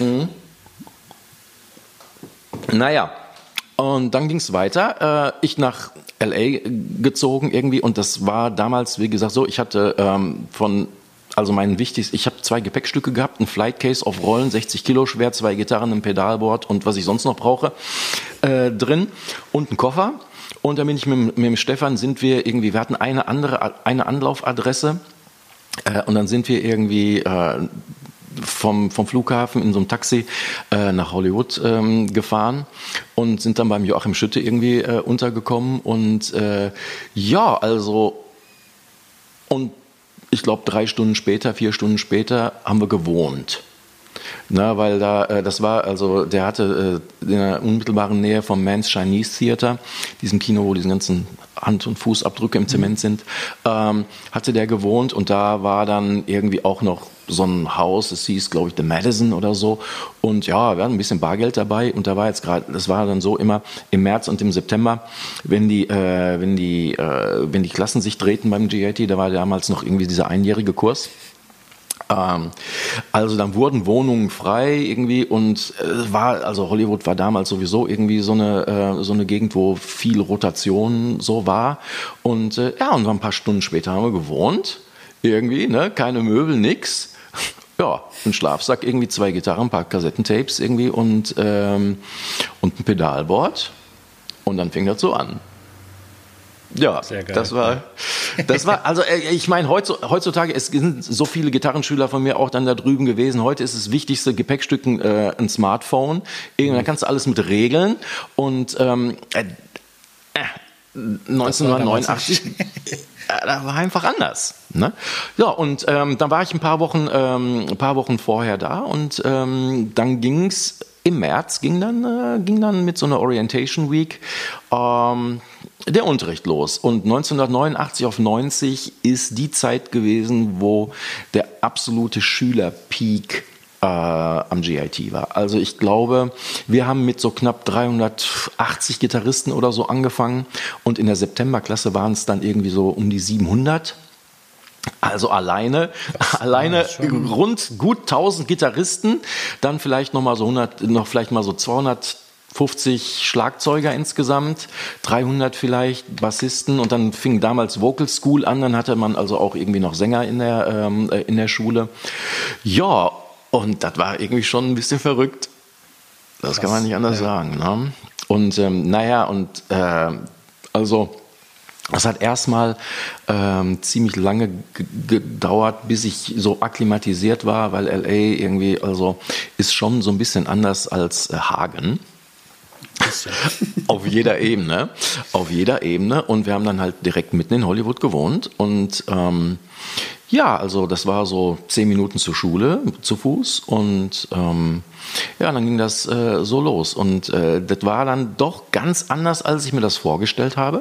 naja, und dann ging es weiter. Ich nach L.A. gezogen irgendwie und das war damals, wie gesagt, so, ich hatte von also mein wichtigstes, ich habe 2 Gepäckstücke gehabt, ein Flightcase auf Rollen, 60 Kilo schwer, 2 Gitarren, ein Pedalboard und was ich sonst noch brauche, drin und ein Koffer. Und dann bin ich mit dem Stefan, wir hatten eine Anlaufadresse und dann sind wir irgendwie vom Flughafen in so einem Taxi nach Hollywood gefahren und sind dann beim Joachim Schütte irgendwie untergekommen und und ich glaube 4 Stunden später haben wir gewohnt. Na, weil der hatte in der unmittelbaren Nähe vom Man's Chinese Theater, diesem Kino, wo diese ganzen Hand- und Fußabdrücke im Zement sind, hatte der gewohnt und da war dann irgendwie auch noch so ein Haus, es hieß, glaube ich, The Madison oder so. Und ja, wir hatten ein bisschen Bargeld dabei und da war jetzt gerade, das war dann so immer im März und im September, wenn die Klassen sich drehten beim GIT, da war damals noch irgendwie dieser einjährige Kurs. Also dann wurden Wohnungen frei irgendwie und Hollywood war damals sowieso irgendwie so eine Gegend, wo viel Rotation so war und und ein paar Stunden später haben wir gewohnt, irgendwie, ne, keine Möbel, nix. Ja, ein Schlafsack, irgendwie 2 Gitarren, ein paar Kassettentapes irgendwie und ein Pedalboard und dann fing das so an. Ja, sehr geil. das war, also ich meine, heutzutage, es sind so viele Gitarrenschüler von mir auch dann da drüben gewesen. Heute ist das wichtigste Gepäckstück ein Smartphone. Da kannst du alles mit regeln. Und 1989, da war einfach anders. Ne? Ja, und dann war ich ein paar Wochen vorher da und dann ging's. Im März ging dann mit so einer Orientation Week der Unterricht los. Und 1989 auf 90 ist die Zeit gewesen, wo der absolute Schülerpeak am GIT war. Also ich glaube, wir haben mit so knapp 380 Gitarristen oder so angefangen und in der Septemberklasse waren es dann irgendwie so um die 700. Also alleine rund gut 1000 Gitarristen, dann vielleicht noch mal so 250 Schlagzeuger insgesamt, 300 vielleicht Bassisten und dann fing damals Vocal School an, dann hatte man also auch irgendwie noch Sänger in der Schule. Ja, und das war irgendwie schon ein bisschen verrückt. Das kann man nicht anders sagen. Ne? Und es hat erstmal ziemlich lange gedauert, bis ich so akklimatisiert war, weil LA irgendwie, also ist schon so ein bisschen anders als Hagen. Auf jeder Ebene. Und wir haben dann halt direkt mitten in Hollywood gewohnt und also das war so 10 Minuten zur Schule zu Fuß und dann ging das so los und das war dann doch ganz anders, als ich mir das vorgestellt habe.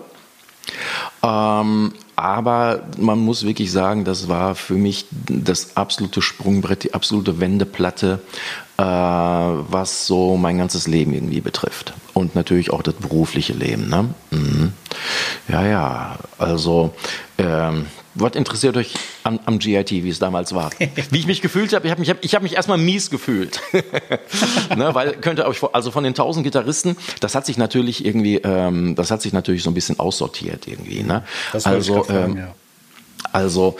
Aber man muss wirklich sagen, das war für mich das absolute Sprungbrett, die absolute Wendeplatte, was so mein ganzes Leben irgendwie betrifft. Und natürlich auch das berufliche Leben. Ne? Mhm. Ja, also was interessiert euch am GIT, wie es damals war? Wie ich mich gefühlt habe, ich hab mich erstmal mies gefühlt. Ne, weil könnt ihr euch also von den 1000 Gitarristen, das hat sich natürlich so ein bisschen aussortiert irgendwie. Ne? Das also fragen, ja. Also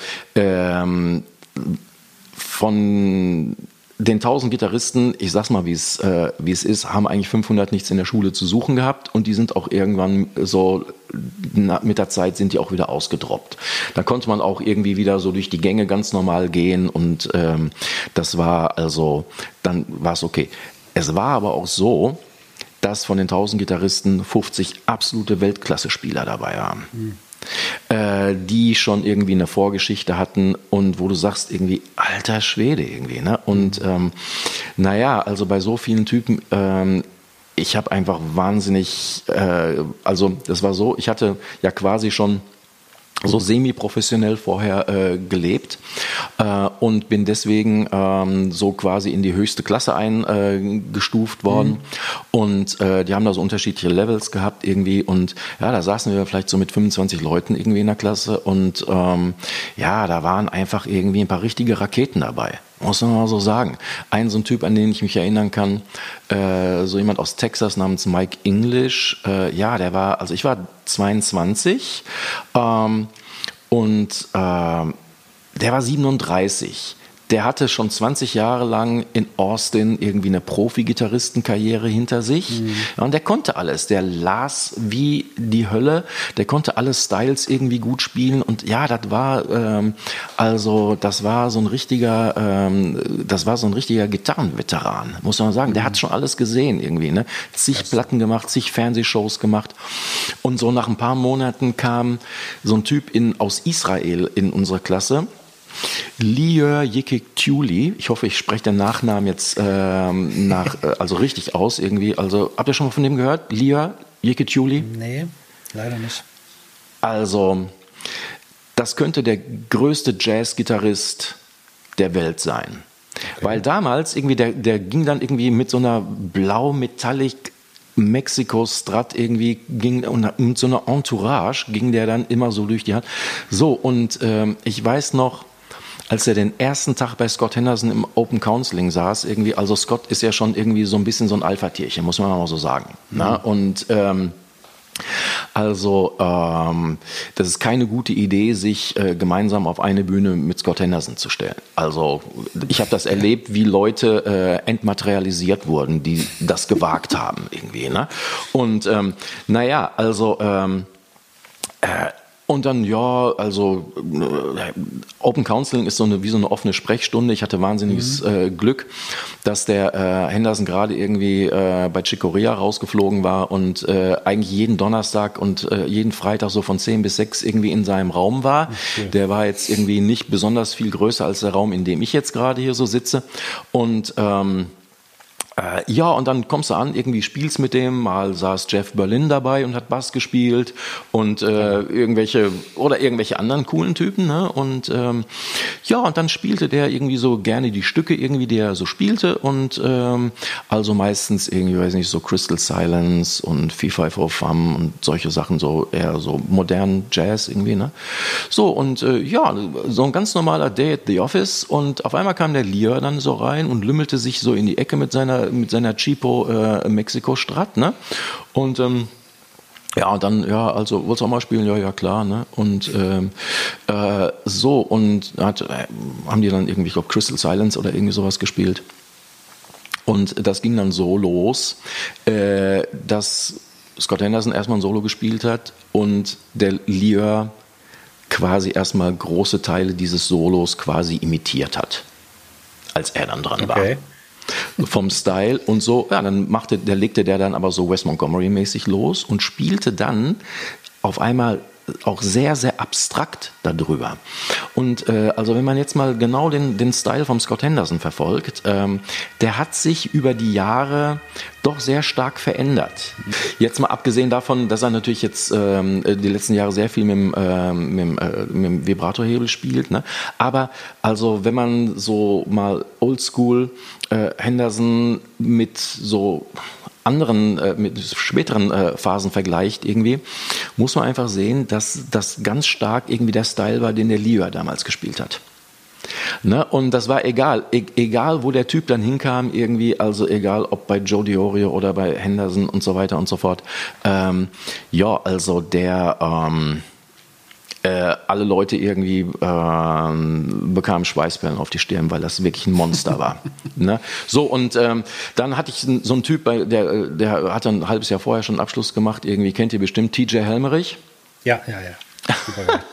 von den 1000 Gitarristen, ich sag's mal, wie es ist, haben eigentlich 500 nichts in der Schule zu suchen gehabt und die sind auch irgendwann so, mit der Zeit sind die auch wieder ausgedroppt. Da konnte man auch irgendwie wieder so durch die Gänge ganz normal gehen und das war also, dann war es okay. Es war aber auch so, dass von den 1000 Gitarristen 50 absolute Weltklasse-Spieler dabei waren. Die schon irgendwie eine Vorgeschichte hatten und wo du sagst irgendwie, alter Schwede irgendwie, ne? Und also bei so vielen Typen, ich habe einfach wahnsinnig, also das war so, ich hatte ja quasi schon so semi-professionell vorher gelebt und bin deswegen so quasi in die höchste Klasse eingestuft worden und die haben da so unterschiedliche Levels gehabt irgendwie und ja, da saßen wir vielleicht so mit 25 Leuten irgendwie in der Klasse und da waren einfach irgendwie ein paar richtige Raketen dabei. Muss man mal so sagen. So ein Typ, an den ich mich erinnern kann, so jemand aus Texas namens Mike English, der war, also ich war 22 und der war 37. Der hatte schon 20 Jahre lang in Austin irgendwie eine Profi-Gitarristenkarriere hinter sich. Ja, und der konnte alles. Der las wie die Hölle. Der konnte alle Styles irgendwie gut spielen. Und ja, das war so ein richtiger Gitarrenveteran, muss man sagen. Der hat schon alles gesehen irgendwie, ne? Zig Platten gemacht, zig Fernsehshows gemacht. Und so nach ein paar Monaten kam so ein Typ aus Israel in unsere Klasse. Lior Yekik-Tuli, ich hoffe, ich spreche den Nachnamen jetzt also richtig aus irgendwie. Also, habt ihr schon mal von dem gehört? Lior Yekik-Tuli? Nee, leider nicht. Also, das könnte der größte Jazz-Gitarrist der Welt sein. Okay. Weil damals irgendwie, der ging dann irgendwie mit so einer blau-metallic Mexiko-Strat irgendwie und mit so einer Entourage ging der dann immer so durch die Hand. So, und ich weiß noch, als er den ersten Tag bei Scott Henderson im Open Counseling saß, irgendwie, also Scott ist ja schon irgendwie so ein bisschen so ein Alpha-Tierchen, muss man mal so sagen. Mhm. Na? Und das ist keine gute Idee, sich gemeinsam auf eine Bühne mit Scott Henderson zu stellen. Also ich habe das erlebt, wie Leute entmaterialisiert wurden, die das gewagt haben irgendwie. Ne? Und und dann, ja, also Open Counseling ist wie so eine offene Sprechstunde. Ich hatte wahnsinniges Glück, dass der Henderson gerade irgendwie bei Chick Corea rausgeflogen war und eigentlich jeden Donnerstag und jeden Freitag so von 10 bis 6 irgendwie in seinem Raum war. Okay. Der war jetzt irgendwie nicht besonders viel größer als der Raum, in dem ich jetzt gerade hier so sitze. Und und dann kommst du an, irgendwie spielst mit dem, mal saß Jeff Berlin dabei und hat Bass gespielt und irgendwelche anderen coolen Typen, ne? Und und dann spielte der irgendwie so gerne die Stücke irgendwie, die er so spielte und also meistens irgendwie, weiß nicht, so Crystal Silence und Fee Fi Fo Fum und solche Sachen, so eher so modernen Jazz irgendwie, ne? So und so ein ganz normaler Day at the Office und auf einmal kam der Lior dann so rein und lümmelte sich so in die Ecke mit seiner Cheapo Mexiko-Strat, ne? Und und dann, also, wolltest du auch mal spielen? Ja, klar, ne? Und so, und haben die dann irgendwie, ich glaube, Crystal Silence oder irgendwie sowas gespielt. Und das ging dann so los, dass Scott Henderson erstmal ein Solo gespielt hat und der Lior quasi erstmal große Teile dieses Solos quasi imitiert hat, als er dann dran war. Vom Style und so, ja, dann legte der dann aber so Wes Montgomery-mäßig los und spielte dann auf einmal auch sehr, sehr abstrakt darüber. Und also wenn man jetzt mal genau den Style vom Scott Henderson verfolgt, der hat sich über die Jahre doch sehr stark verändert. Jetzt mal abgesehen davon, dass er natürlich jetzt die letzten Jahre sehr viel mit dem Vibratorhebel spielt, ne? Aber also wenn man so mal Oldschool Henderson mit so anderen, mit späteren Phasen vergleicht irgendwie, muss man einfach sehen, dass das ganz stark irgendwie der Style war, den der Lior damals gespielt hat. Ne? Und das war egal, wo der Typ dann hinkam irgendwie, also egal ob bei Joe Diorio oder bei Henderson und so weiter und so fort. Also der alle Leute irgendwie bekamen Schweißperlen auf die Stirn, weil das wirklich ein Monster war. Ne? So, und dann hatte ich so einen Typ, der hat dann ein halbes Jahr vorher schon einen Abschluss gemacht, irgendwie kennt ihr bestimmt TJ Helmerich. Ja. Super geil.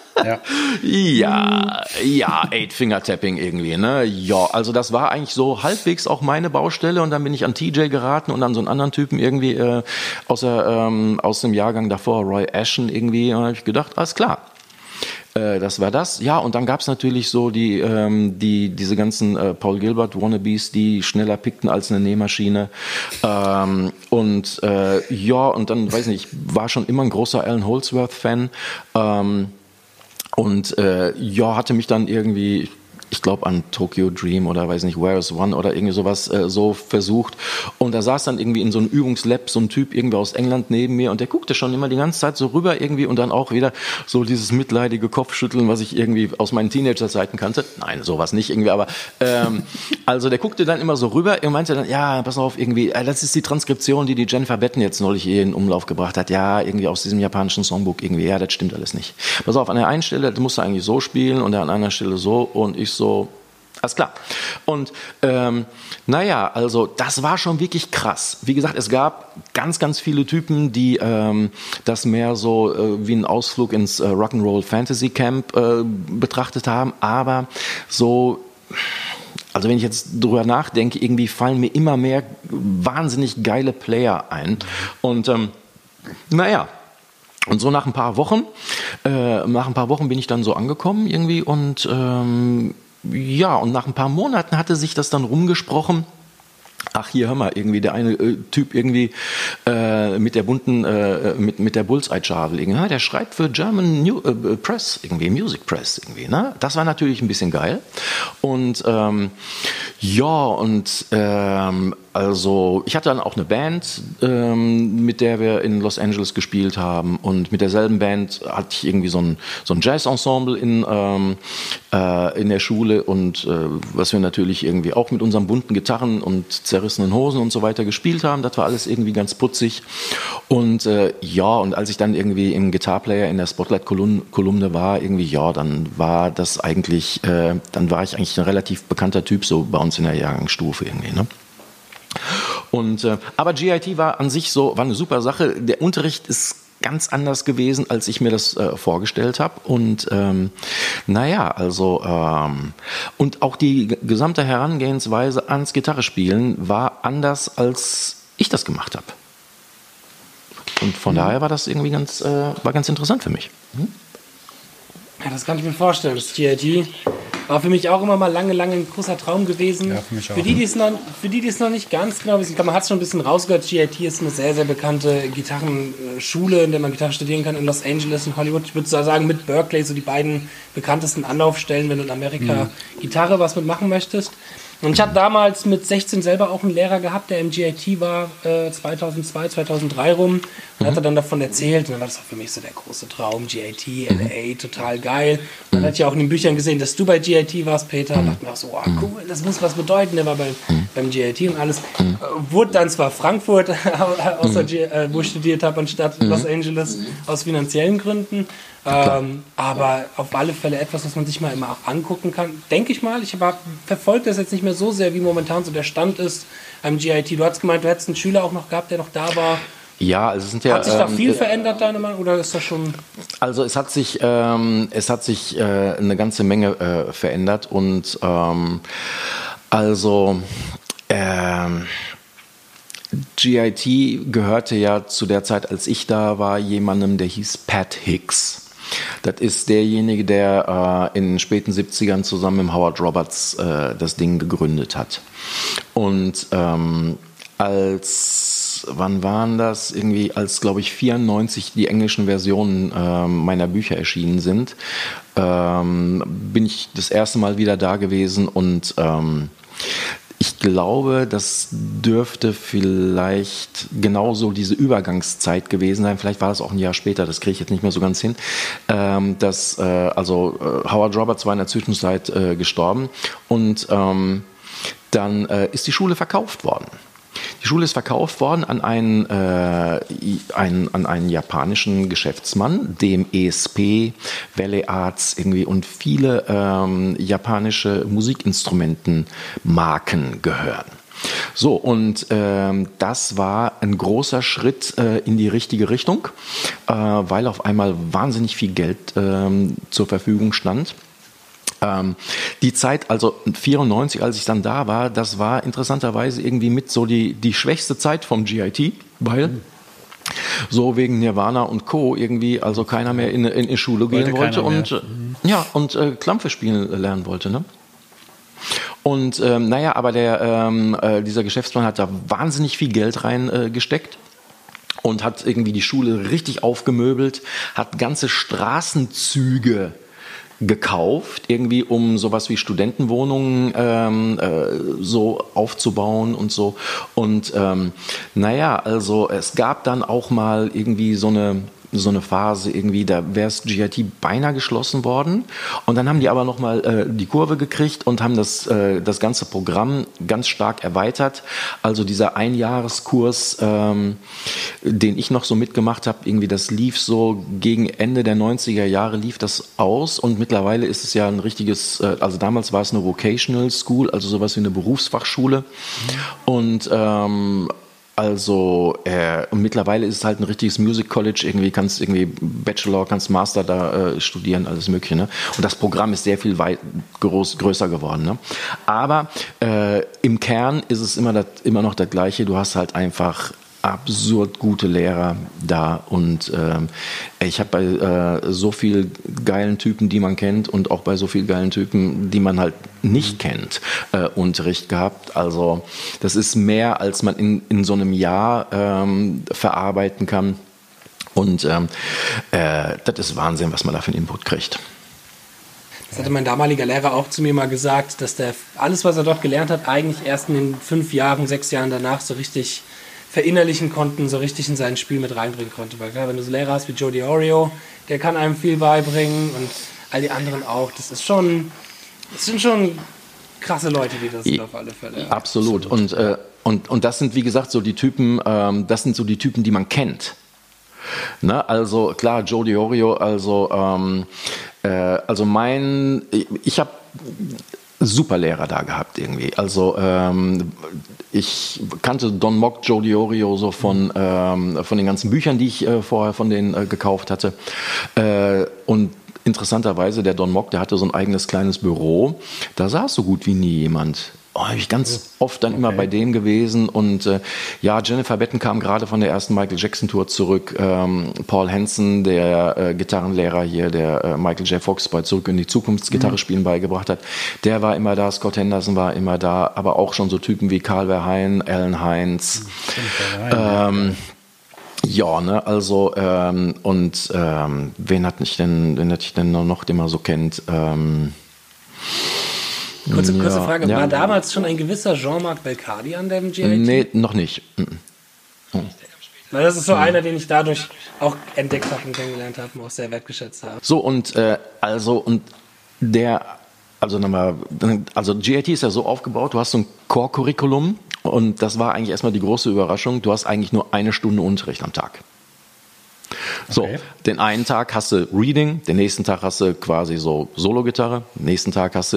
Ja, Eight-Finger-Tapping irgendwie, ne? Ja, also das war eigentlich so halbwegs auch meine Baustelle und dann bin ich an TJ geraten und an so einen anderen Typen irgendwie aus dem Jahrgang davor, Roy Ashen irgendwie, und dann habe ich gedacht, alles klar. Das war das. Ja, und dann gab's natürlich so diese ganzen Paul Gilbert Wannabes, die schneller pickten als eine Nähmaschine. Und dann, weiß nicht, war schon immer ein großer Alan Holdsworth-Fan. Hatte mich dann irgendwie ich glaube an Tokyo Dream oder weiß nicht, Where is One oder irgendwie sowas so versucht. Und da saß dann irgendwie in so einem Übungslab so ein Typ irgendwie aus England neben mir und der guckte schon immer die ganze Zeit so rüber irgendwie und dann auch wieder so dieses mitleidige Kopfschütteln, was ich irgendwie aus meinen Teenagerzeiten kannte. Nein, sowas nicht irgendwie, aber also der guckte dann immer so rüber und meinte dann, ja, pass auf, irgendwie, das ist die Transkription, die Jennifer Batten jetzt neulich hier in Umlauf gebracht hat. Ja, irgendwie aus diesem japanischen Songbook irgendwie, ja, das stimmt alles nicht. Pass auf, an der einen Stelle, das musst du eigentlich so spielen und an einer Stelle so und ich so, alles klar. Und naja, also das war schon wirklich krass. Wie gesagt, es gab ganz, ganz viele Typen, die das mehr so wie einen Ausflug ins Rock'n'Roll Fantasy Camp betrachtet haben, aber so, also wenn ich jetzt drüber nachdenke, irgendwie fallen mir immer mehr wahnsinnig geile Player ein. Und naja, und so nach ein paar Wochen bin ich dann so angekommen irgendwie und ja, und nach ein paar Monaten hatte sich das dann rumgesprochen. Ach, hier, hör mal, irgendwie der eine Typ irgendwie mit der bunten, mit der Bullseye-Schadel irgendwie, der schreibt für German Press, irgendwie, Music Press irgendwie, ne? Das war natürlich ein bisschen geil. Und ja, und also ich hatte dann auch eine Band, mit der wir in Los Angeles gespielt haben und mit derselben Band hatte ich irgendwie so ein Jazz-Ensemble in der Schule und was wir natürlich irgendwie auch mit unseren bunten Gitarren und zerrissenen Hosen und so weiter gespielt haben, das war alles irgendwie ganz putzig und ja, und als ich dann irgendwie im Guitar-Player in der Spotlight-Kolumne war, irgendwie ja, dann war das eigentlich, dann war ich eigentlich ein relativ bekannter Typ so bei uns in der Jahrgangsstufe irgendwie, ne? Und aber GIT war an sich so, war eine super Sache. Der Unterricht ist ganz anders gewesen, als ich mir das vorgestellt habe. Und naja, also und auch die gesamte Herangehensweise ans Gitarrespielen war anders, als ich das gemacht habe. Und von daher war das irgendwie ganz interessant für mich. Ja, das kann ich mir vorstellen. Das GIT war für mich auch immer mal lange ein großer Traum gewesen. Ja, für mich auch. Für die es noch nicht ganz genau wissen, ich glaube, man hat es schon ein bisschen rausgehört, GIT ist eine sehr, sehr bekannte Gitarrenschule, in der man Gitarre studieren kann in Los Angeles und Hollywood. Ich würde sagen, mit Berkeley so die beiden bekanntesten Anlaufstellen, wenn du in Amerika Gitarre was mitmachen möchtest. Und ich hatte damals mit 16 selber auch einen Lehrer gehabt, der im GIT war, 2002, 2003 rum. Und hat er dann davon erzählt. Und dann war das auch für mich so der große Traum. GIT, LA, total geil. Und dann hatte ich auch in den Büchern gesehen, dass du bei GIT warst, Peter. Und dachte mir auch so, oh, cool, das muss was bedeuten. Der war beim GIT und alles. Wurde dann zwar Frankfurt, wo ich studiert habe, anstatt Los Angeles, aus finanziellen Gründen. Aber auf alle Fälle etwas, was man sich mal immer auch angucken kann. Denke ich mal, ich verfolge das jetzt nicht mehr so sehr, wie momentan so der Stand ist am GIT. Du hast gemeint, du hättest einen Schüler auch noch gehabt, der noch da war. Ja, also es sind ja. Hat sich da viel verändert, deine Meinung, oder ist das schon? Also es hat sich eine ganze Menge verändert und GIT gehörte ja zu der Zeit, als ich da war, jemandem, der hieß Pat Hicks. Das ist derjenige, der in den späten 70ern zusammen mit Howard Roberts das Ding gegründet hat. Und wann waren das? Irgendwie als, glaube ich, 94 die englischen Versionen meiner Bücher erschienen sind, bin ich das erste Mal wieder da gewesen und ich glaube, das dürfte vielleicht genauso diese Übergangszeit gewesen sein. Vielleicht war das auch ein Jahr später, das kriege ich jetzt nicht mehr so ganz hin. Howard Roberts war in der Zwischenzeit gestorben und dann ist die Schule verkauft worden. Die Schule ist verkauft worden an einen japanischen Geschäftsmann, dem ESP, Valley Arts irgendwie und viele japanische Musikinstrumentenmarken gehören. So, und das war ein großer Schritt in die richtige Richtung, weil auf einmal wahnsinnig viel Geld zur Verfügung stand. Die Zeit, also 94, als ich dann da war, das war interessanterweise irgendwie mit so die schwächste Zeit vom GIT, weil so wegen Nirvana und Co. irgendwie, also keiner mehr in Schule gehen wollte und Klampfe spielen lernen wollte, ne? Und aber dieser Geschäftsmann hat da wahnsinnig viel Geld reingesteckt. Und hat irgendwie die Schule richtig aufgemöbelt, hat ganze Straßenzüge gekauft, irgendwie um sowas wie Studentenwohnungen so aufzubauen und so. Und naja, also es gab dann auch mal irgendwie so eine Phase irgendwie, da wäre es GIT beinahe geschlossen worden und dann haben die aber nochmal die Kurve gekriegt und haben das ganze Programm ganz stark erweitert. Also dieser Einjahreskurs, den ich noch so mitgemacht habe, irgendwie das lief so gegen Ende der 90er Jahre lief das aus und mittlerweile ist es ja ein richtiges, also damals war es eine Vocational School, also sowas wie eine Berufsfachschule und also mittlerweile ist es halt ein richtiges Music College, irgendwie kannst irgendwie Bachelor, kannst Master da studieren, alles mögliche. Ne? Und das Programm ist sehr viel größer geworden. Ne? Aber im Kern ist es immer noch das Gleiche. Du hast halt einfach absurd gute Lehrer da und ich habe bei so viel geilen Typen, die man kennt und auch bei so viel geilen Typen, die man halt nicht kennt, Unterricht gehabt. Also das ist mehr, als man in so einem Jahr verarbeiten kann und das ist Wahnsinn, was man da für einen Input kriegt. Das hatte mein damaliger Lehrer auch zu mir mal gesagt, dass der alles, was er dort gelernt hat, eigentlich erst in den 5 Jahren, 6 Jahren danach so richtig verinnerlichen konnten, so richtig in sein Spiel mit reinbringen konnte. Weil klar, wenn du so Lehrer hast wie Joe DiOrio, der kann einem viel beibringen und all die anderen auch. Das sind schon krasse Leute, die das sind auf alle Fälle. Absolut. Und das sind, wie gesagt, so die Typen, die man kennt. Ne? Also klar, Joe DiOrio, ich habe super Lehrer da gehabt irgendwie. Also ich kannte Don Mock, Joe DiOrio so von den ganzen Büchern, die ich vorher von denen gekauft hatte. Und interessanterweise, der Don Mock, der hatte so ein eigenes kleines Büro. Da saß so gut wie nie jemand. Habe ich ganz oft dann immer bei dem gewesen und Jennifer Batten kam gerade von der ersten Michael Jackson Tour zurück, Paul Hansen, der Gitarrenlehrer hier, der Michael J. Fox bei Zurück in die Zukunft Gitarre spielen beigebracht hat, der war immer da, Scott Henderson war immer da, aber auch schon so Typen wie Karl Verheyen, Alan Hines, ja, ne, also wen hatte ich denn noch, den man so kennt? Kurze Frage, war damals schon ein gewisser Jean-Marc Belcardi an dem GIT? Nee, noch nicht. Weil das ist so einer, den ich dadurch auch entdeckt habe und kennengelernt habe und auch sehr wertgeschätzt habe. So, also GIT ist ja so aufgebaut, du hast so ein Core-Curriculum und das war eigentlich erstmal die große Überraschung, du hast eigentlich nur 1 Stunde Unterricht am Tag. So, den einen Tag hast du Reading, den nächsten Tag hast du quasi so Solo-Gitarre, nächsten Tag hast du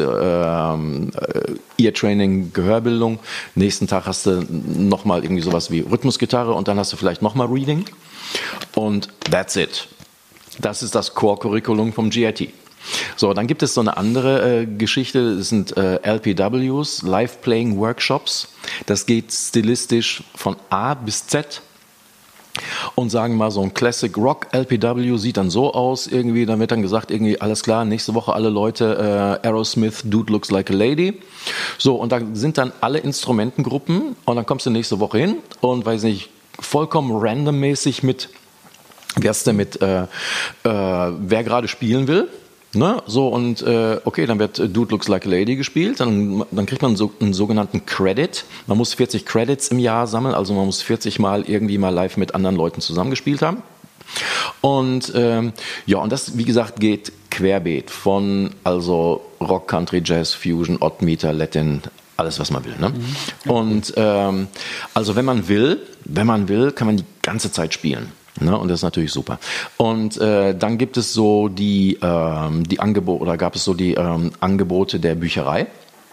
Ear-Training, Gehörbildung, nächsten Tag hast du nochmal irgendwie sowas wie Rhythmusgitarre und dann hast du vielleicht nochmal Reading und that's it. Das ist das Core-Curriculum vom GIT. So, dann gibt es so eine andere Geschichte, das sind LPWs, Live-Playing Workshops. Das geht stilistisch von A bis Z. Und sagen wir mal, so ein Classic Rock LPW sieht dann so aus, irgendwie, dann wird dann gesagt, irgendwie, alles klar, nächste Woche alle Leute, Aerosmith, Dude Looks Like a Lady. So, und da sind dann alle Instrumentengruppen und dann kommst du nächste Woche hin und, weiß nicht, vollkommen randommäßig mit, wer gerade spielen will. Ne? So, und okay, dann wird Dude Looks Like a Lady gespielt, dann kriegt man einen sogenannten Credit. Man muss 40 Credits im Jahr sammeln, also man muss 40 Mal irgendwie mal live mit anderen Leuten zusammengespielt haben. Und und das, wie gesagt, geht querbeet von also Rock, Country, Jazz, Fusion, Odd Meter, Latin, alles, was man will. Ne? Und also wenn man will, kann man die ganze Zeit spielen. Ne, und das ist natürlich super. Und dann gibt es so die Angebote, oder gab es so die Angebote der Bücherei.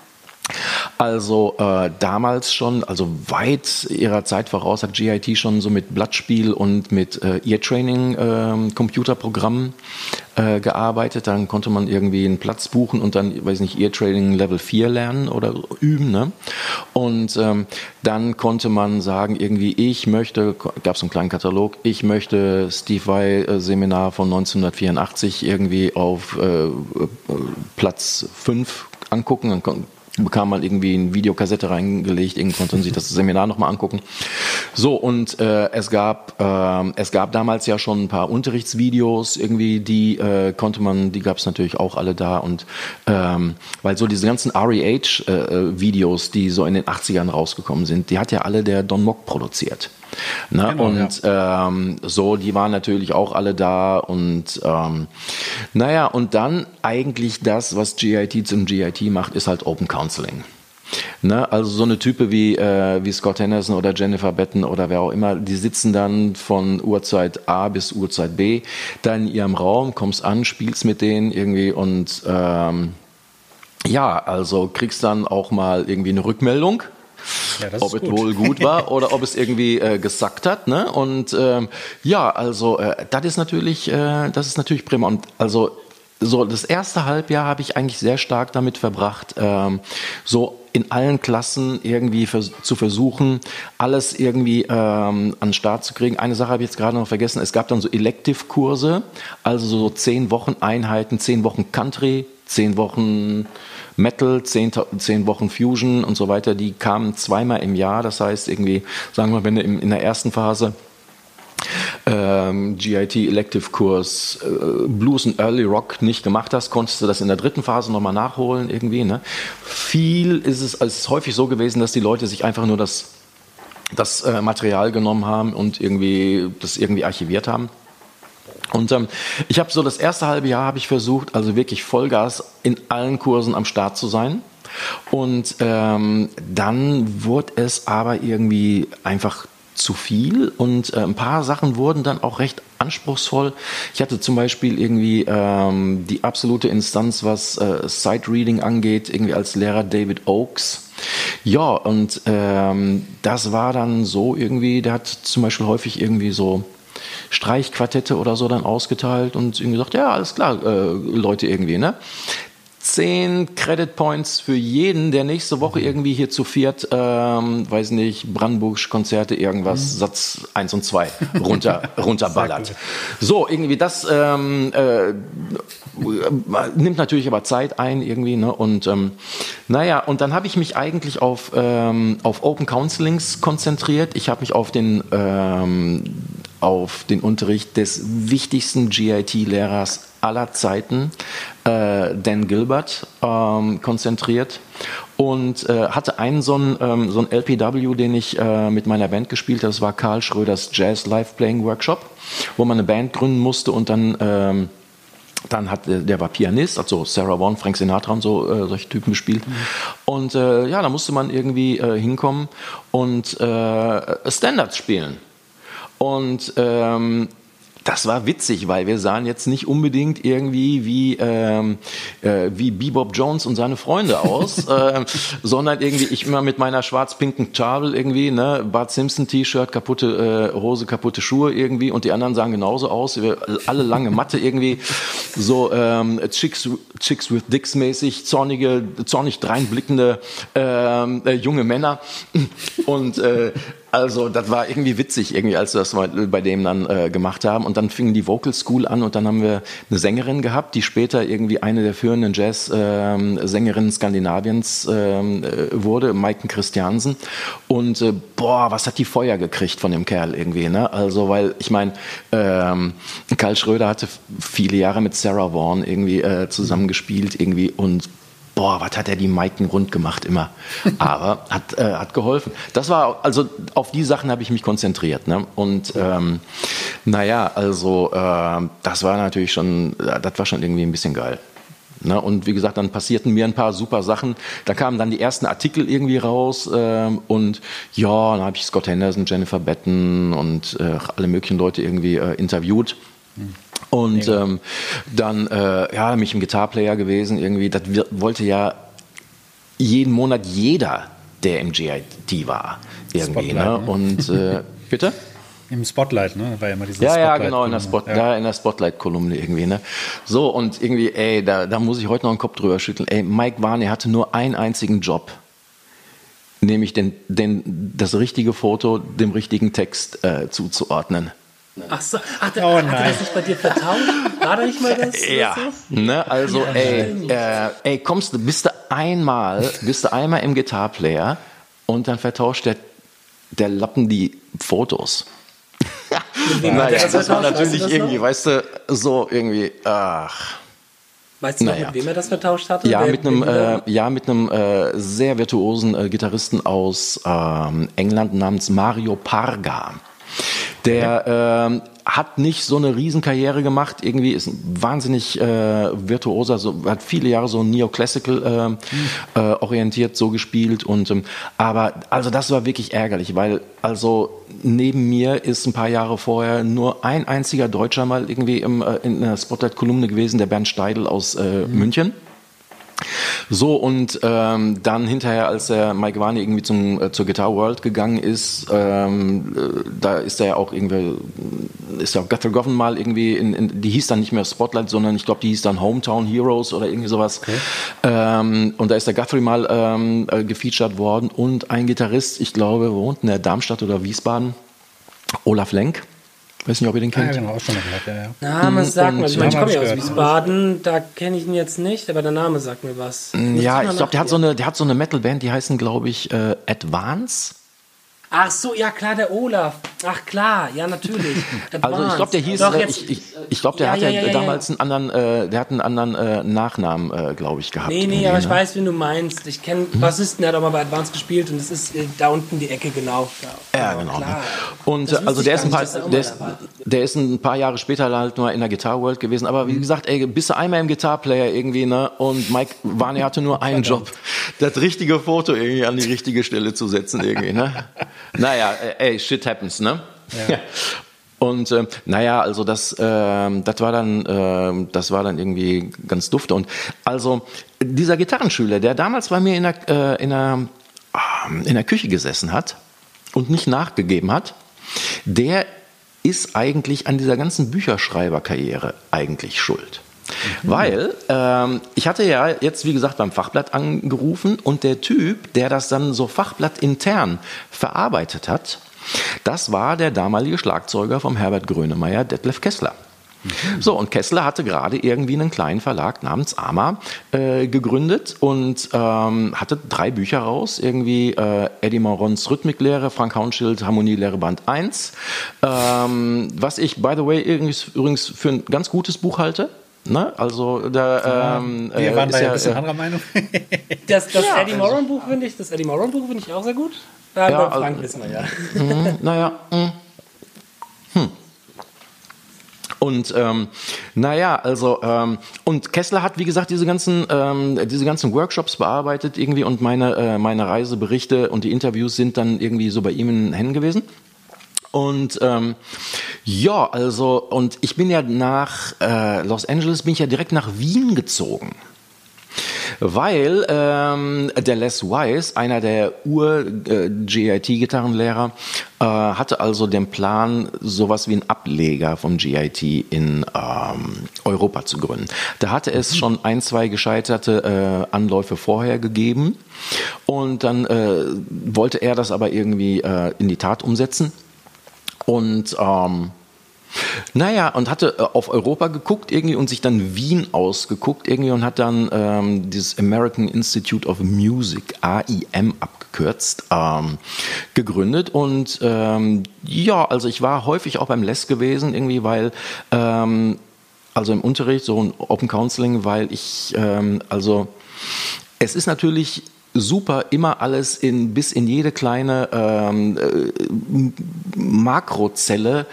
Also damals schon, also weit ihrer Zeit voraus, hat GIT schon so mit Blattspiel und mit Ear-Training Computerprogrammen gearbeitet. Dann konnte man irgendwie einen Platz buchen und dann, weiß nicht, Ear-Training Level 4 lernen oder üben. Ne? Und dann konnte man sagen, irgendwie, gab es so einen kleinen Katalog, ich möchte Steve Vai Seminar von 1984 irgendwie auf Platz 5 angucken. Dann bekam mal irgendwie eine Videokassette reingelegt, irgendwie konnte man sich das Seminar nochmal angucken. So, und es gab damals ja schon ein paar Unterrichtsvideos irgendwie, die gab es natürlich auch alle da, und weil so diese ganzen REH-Videos, die so in den 80ern rausgekommen sind, die hat ja alle der Don Mock produziert. Ne? Genau, und so, die waren natürlich auch alle da, und naja, und dann eigentlich das, was GIT zum GIT macht, ist halt Open Counseling. Ne? Also so eine Type wie Scott Henderson oder Jennifer Batten oder wer auch immer, die sitzen dann von Uhrzeit A bis Uhrzeit B da in ihrem Raum, kommst an, spielst mit denen irgendwie, und ja, also kriegst dann auch mal irgendwie eine Rückmeldung. Ja, ob es wohl gut war oder ob es irgendwie gesackt hat, ne? Und ja, also das ist natürlich prima. Und also so das erste Halbjahr habe ich eigentlich sehr stark damit verbracht, so in allen Klassen irgendwie zu versuchen, alles irgendwie an den Start zu kriegen. Eine Sache habe ich jetzt gerade noch vergessen, es gab dann so Elective-Kurse, also so 10 Wochen Einheiten, 10 Wochen Country, 10 Wochen Metal, 10 Wochen Fusion und so weiter, die kamen zweimal im Jahr. Das heißt irgendwie, sagen wir, wenn du in der ersten Phase GIT Elective Kurs Blues und Early Rock nicht gemacht hast, konntest du das in der dritten Phase nochmal nachholen irgendwie. Ne? Es ist häufig so gewesen, dass die Leute sich einfach nur das Material genommen haben und das irgendwie archiviert haben. Und ich habe so das erste halbe Jahr habe ich versucht, also wirklich Vollgas in allen Kursen am Start zu sein. Und dann wurde es aber irgendwie einfach zu viel, und ein paar Sachen wurden dann auch recht anspruchsvoll. Ich hatte zum Beispiel irgendwie die absolute Instanz, was Sight-Reading angeht, irgendwie als Lehrer David Oakes. Ja, und das war dann so irgendwie, der hat zum Beispiel häufig irgendwie so Streichquartette oder so dann ausgeteilt und irgendwie gesagt, ja, alles klar, Leute irgendwie, ne? 10 Credit Points für jeden, der nächste Woche irgendwie hier zu viert, weiß nicht, Brandenburgische Konzerte, irgendwas, Satz 1 und 2 runterballert. So, irgendwie das nimmt natürlich aber Zeit ein irgendwie, ne? Und naja, und dann habe ich mich eigentlich auf Open Counselings konzentriert. Ich habe mich auf den Unterricht des wichtigsten GIT-Lehrers aller Zeiten, Dan Gilbert, konzentriert, und hatte einen so einen LPW, den ich mit meiner Band gespielt habe. Das war Karl Schröders Jazz Live Playing Workshop, wo man eine Band gründen musste, und dann der war Pianist, also Sarah Vaughan, Frank Sinatra und so, solche Typen gespielt. Und ja, da musste man irgendwie hinkommen und Standards spielen. Und das war witzig, weil wir sahen jetzt nicht unbedingt irgendwie wie Bebop Jones und seine Freunde aus, sondern irgendwie ich immer mit meiner schwarz-pinken Tafel irgendwie, ne, Bart Simpson T-Shirt, kaputte Hose, kaputte Schuhe irgendwie, und die anderen sahen genauso aus, wir alle lange Matte irgendwie, so Chicks with Dicks mäßig, zornig dreinblickende junge Männer, und also das war irgendwie witzig, irgendwie, als wir das mal bei dem dann gemacht haben. Und dann fing die Vocal School an, und dann haben wir eine Sängerin gehabt, die später irgendwie eine der führenden Jazz-Sängerinnen Skandinaviens wurde, Maiken Christiansen. Und was hat die Feuer gekriegt von dem Kerl irgendwie, ne? Also, weil ich meine, Karl Schröder hatte viele Jahre mit Sarah Vaughan irgendwie zusammengespielt irgendwie, und was hat er die Maiken rund gemacht immer. Aber hat geholfen. Das war, also auf die Sachen habe ich mich konzentriert. Ne? Und naja, also das war natürlich schon, das war schon irgendwie ein bisschen geil. Ne? Und wie gesagt, dann passierten mir ein paar super Sachen. Da kamen dann die ersten Artikel irgendwie raus. Und ja, dann habe ich Scott Henderson, Jennifer Batten und alle möglichen Leute irgendwie interviewt. Und dann mich im Guitar-Player gewesen irgendwie. Das wollte ja jeden Monat jeder, der im GIT war, irgendwie. Spotlight, ne? Und bitte? Im Spotlight, ne? War ja immer diese Ja, genau, in der Spotlight-Kolumne irgendwie, ne? So, und irgendwie, da muss ich heute noch den Kopf drüber schütteln. Mike Varney hatte nur einen einzigen Job. Nämlich das richtige Foto dem richtigen Text zuzuordnen. Ach so, hat Oh er nein. das nicht bei dir vertauscht? War da nicht mal das? Ja, ne, also bist du einmal im Guitar-Player und dann vertauscht der Lappen die Fotos. Wem hat der Naja, das war vertauscht? natürlich Weißt du das irgendwie, noch? weißt du, so irgendwie, ach. Weißt du noch, Naja. mit wem er das vertauscht hatte? Ja, Wer- mit einem, wen- mit einem sehr virtuosen Gitarristen aus England namens Mario Parga. Der hat nicht so eine Riesenkarriere gemacht, irgendwie ist ein wahnsinnig virtuoser, hat viele Jahre so neoclassical orientiert so gespielt und aber also das war wirklich ärgerlich, weil also neben mir ist ein paar Jahre vorher nur ein einziger Deutscher mal irgendwie in einer Spotlight-Kolumne gewesen, der Bernd Steidl aus München. So, und dann hinterher, als der Mike Varney irgendwie zur Guitar World gegangen ist, da ist er ja auch irgendwie, ist ja auch Guthrie Govan mal irgendwie, die hieß dann nicht mehr Spotlight, sondern ich glaube, die hieß dann Hometown Heroes oder irgendwie sowas. Okay. Und da ist der Guthrie mal gefeatured worden und ein Gitarrist, ich glaube, wohnt in der Darmstadt oder Wiesbaden, Olaf Lenk. Weiß nicht, ob ihr den kennt. Ja, genau, auch schon mal gehört, ja. Name sagt mir, Und- ich meine, ich komme ja Ja, aus hab ich Wiesbaden, da kenne ich ihn jetzt nicht, aber der Name sagt mir was. Ja, ich glaube, der hat so eine Metalband, die heißen, glaube ich, Advance. Ach so, ja klar, der Olaf. Ach klar, ja natürlich. Also ich glaube, der hieß, Doch, jetzt, ich glaube, der Ja, hat ja, ja ja, damals einen anderen, der hat einen anderen Nachnamen, glaube ich, gehabt. Nee, irgendwie, aber ich ne? weiß, wen du meinst. Ich kenne Bassisten, der hat auch mal bei Advance gespielt und das ist da unten die Ecke, genau. Ja, genau. Ne? Klar. Und Das wusste also ich der gar ist, nicht, dass der auch mal da war. der ist ein paar Jahre später halt nur in der Guitar World gewesen. Aber wie gesagt, ey, bist du einmal im Guitar Player irgendwie, ne? Und Mike Varney hatte nur einen Job, das richtige Foto irgendwie an die richtige Stelle zu setzen irgendwie, ne? Naja, ey, shit happens, ne? Ja. Und naja, also das war dann irgendwie ganz dufte. Und also dieser Gitarrenschüler, der damals bei mir in der Küche gesessen hat und nicht nachgegeben hat, der ist eigentlich an dieser ganzen Bücherschreiberkarriere eigentlich schuld. Weil ich hatte ja jetzt, wie gesagt, beim Fachblatt angerufen und der Typ, der das dann so fachblattintern verarbeitet hat, das war der damalige Schlagzeuger vom Herbert Grönemeyer, Detlef Kessler. So, und Kessler hatte gerade irgendwie einen kleinen Verlag namens AMA gegründet und hatte 3 Bücher raus, irgendwie Eddie Morons Rhythmiklehre, Frank Haunschild Harmonielehre Band 1, was ich, by the way, übrigens für ein ganz gutes Buch halte. Ne? Also da Wir waren da ja ein bisschen anderer Meinung. Das Eddie Moran Buch finde ich auch sehr gut. Ja, Ja, bei Frank wissen wir ja. Naja. Und naja, also und Kessler hat, wie gesagt, diese ganzen Workshops bearbeitet irgendwie und meine Reiseberichte und die Interviews sind dann irgendwie so bei ihm in den Händen gewesen. Und ja, also und ich bin ja nach Los Angeles, bin ich ja direkt nach Wien gezogen. Weil der Les Wise, einer der Ur-GIT-Gitarrenlehrer, hatte also den Plan, sowas wie einen Ableger vom GIT in Europa zu gründen. Da hatte es schon 1, 2 gescheiterte Anläufe vorher gegeben und dann wollte er das aber irgendwie in die Tat umsetzen. Und naja, und hatte auf Europa geguckt irgendwie und sich dann Wien ausgeguckt irgendwie und hat dann dieses American Institute of Music, AIM abgekürzt, gegründet. Und ja, also ich war häufig auch beim Les gewesen irgendwie, weil also im Unterricht, so ein Open Counseling, weil ich, also es ist natürlich super, immer alles bis in jede kleine Makrozelle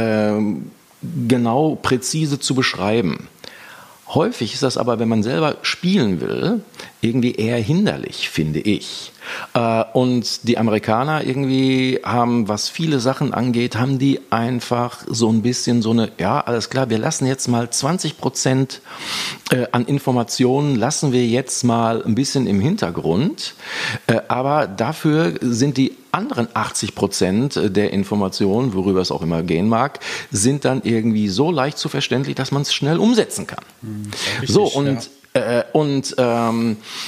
genau präzise zu beschreiben. Häufig ist das aber, wenn man selber spielen will, irgendwie eher hinderlich, finde ich. Und die Amerikaner irgendwie haben, was viele Sachen angeht, haben die einfach so ein bisschen so eine, ja, alles klar, wir lassen jetzt mal 20% an Informationen, lassen wir jetzt mal ein bisschen im Hintergrund, aber dafür sind die anderen 80% der Informationen, worüber es auch immer gehen mag, sind dann irgendwie so leicht zu verständlich, dass man es schnell umsetzen kann. Richtig, So, und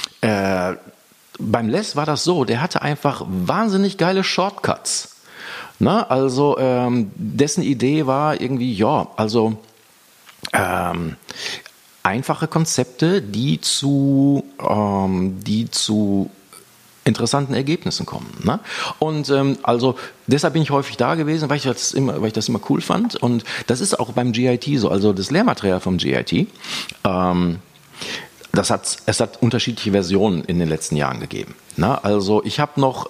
beim Les war das so, der hatte einfach wahnsinnig geile Shortcuts. Na, also dessen Idee war irgendwie, ja, also einfache Konzepte, die zu interessanten Ergebnissen kommen. Ne? Und also deshalb bin ich häufig da gewesen, weil ich das immer cool fand. Und das ist auch beim GIT so, also das Lehrmaterial vom GIT. Es hat unterschiedliche Versionen in den letzten Jahren gegeben. Ne? Also ich habe noch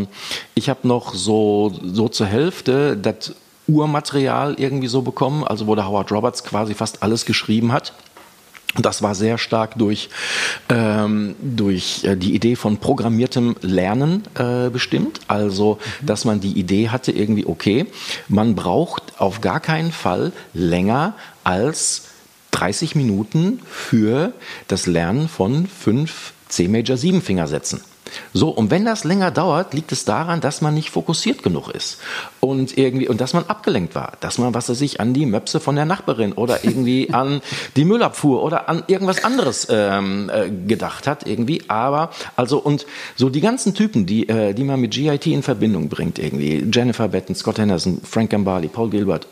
so zur Hälfte das Urmaterial irgendwie so bekommen, also wo der Howard Roberts quasi fast alles geschrieben hat. Und das war sehr stark durch die Idee von programmiertem Lernen bestimmt. Also, dass man die Idee hatte, irgendwie, okay, man braucht auf gar keinen Fall länger als 30 Minuten für das Lernen von 5 C-Major-7-Fingersätzen. So, und wenn das länger dauert, liegt es daran, dass man nicht fokussiert genug ist und dass man abgelenkt war, dass man, was weiß ich, an die Möpse von der Nachbarin oder irgendwie an die Müllabfuhr oder an irgendwas anderes gedacht hat irgendwie. Aber also und so die ganzen Typen, die man mit GIT in Verbindung bringt irgendwie, Jennifer Batten, Scott Henderson, Frank Gambale, Paul Gilbert,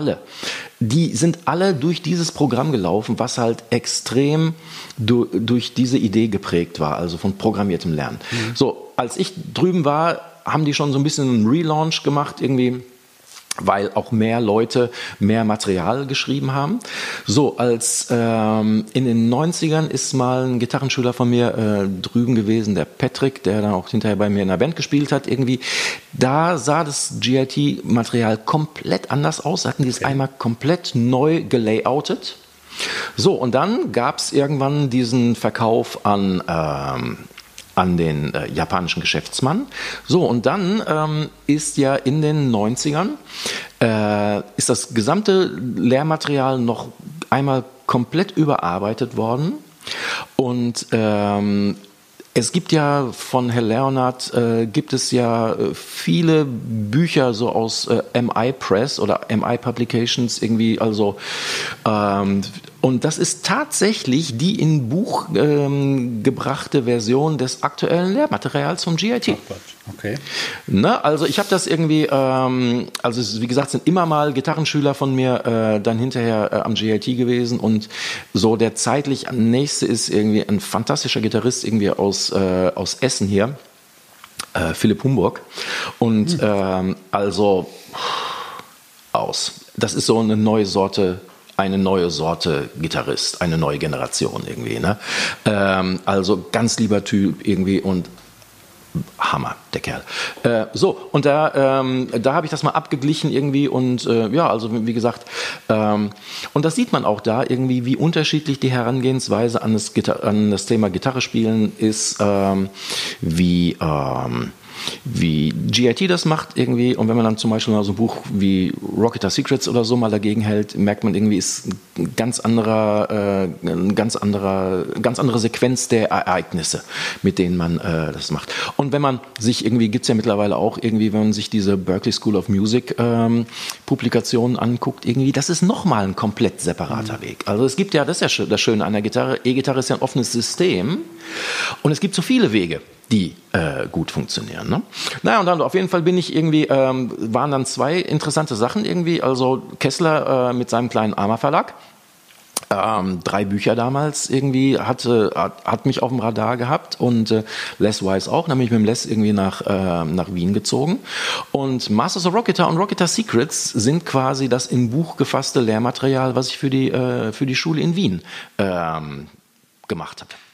die sind alle durch dieses Programm gelaufen, was halt extrem durch diese Idee geprägt war, also von programmiertem Lernen. Mhm. So, als ich drüben war, haben die schon so ein bisschen einen Relaunch gemacht irgendwie, weil auch mehr Leute mehr Material geschrieben haben. So, als in den 90ern ist mal ein Gitarrenschüler von mir drüben gewesen, der Patrick, der dann auch hinterher bei mir in der Band gespielt hat irgendwie. Da sah das GIT-Material komplett anders aus, hatten die es einmal komplett neu gelayoutet. So, und dann gab es irgendwann diesen Verkauf an den japanischen Geschäftsmann. So, und dann ist ja in den 90ern ist das gesamte Lehrmaterial noch einmal komplett überarbeitet worden. Und es gibt ja von Herr Leonard gibt es ja viele Bücher so aus MI Press oder MI Publications irgendwie, also und das ist tatsächlich die in Buch gebrachte Version des aktuellen Lehrmaterials vom GIT. Okay. Ne, also ich habe das irgendwie, also wie gesagt, sind immer mal Gitarrenschüler von mir dann hinterher am GIT gewesen und so der zeitlich nächste ist irgendwie ein fantastischer Gitarrist irgendwie aus Essen hier, Philipp Humburg und das ist so eine neue Sorte Gitarrist, eine neue Generation irgendwie. Ne? Also ganz lieber Typ irgendwie und Hammer, der Kerl. So, und da habe ich das mal abgeglichen irgendwie und ja, also wie gesagt, und das sieht man auch da irgendwie, wie unterschiedlich die Herangehensweise an das Thema Gitarre spielen ist, wie GIT das macht irgendwie, und wenn man dann zum Beispiel mal so ein Buch wie Rock Guitar Secrets oder so mal dagegen hält, merkt man irgendwie, ist eine ganz andere Sequenz der Ereignisse, mit denen man das macht. Und wenn man sich irgendwie, gibt's ja mittlerweile auch irgendwie, wenn man sich diese Berklee School of Music Publikationen anguckt, irgendwie, das ist nochmal ein komplett separater Weg. Also es gibt ja, das ist ja das Schöne an der Gitarre, E-Gitarre ist ja ein offenes System und es gibt so viele Wege, die gut funktionieren. Ne? Naja, und dann auf jeden Fall bin ich irgendwie, waren dann 2 interessante Sachen irgendwie, also Kessler mit seinem kleinen Arma-Verlag, 3 Bücher damals irgendwie, hat mich auf dem Radar gehabt und Les Wise auch, dann bin ich mit dem Les irgendwie nach Wien gezogen und Masters of Rock Guitar und Rock Guitar Secrets sind quasi das in Buch gefasste Lehrmaterial, was ich für die Schule in Wien gemacht habe.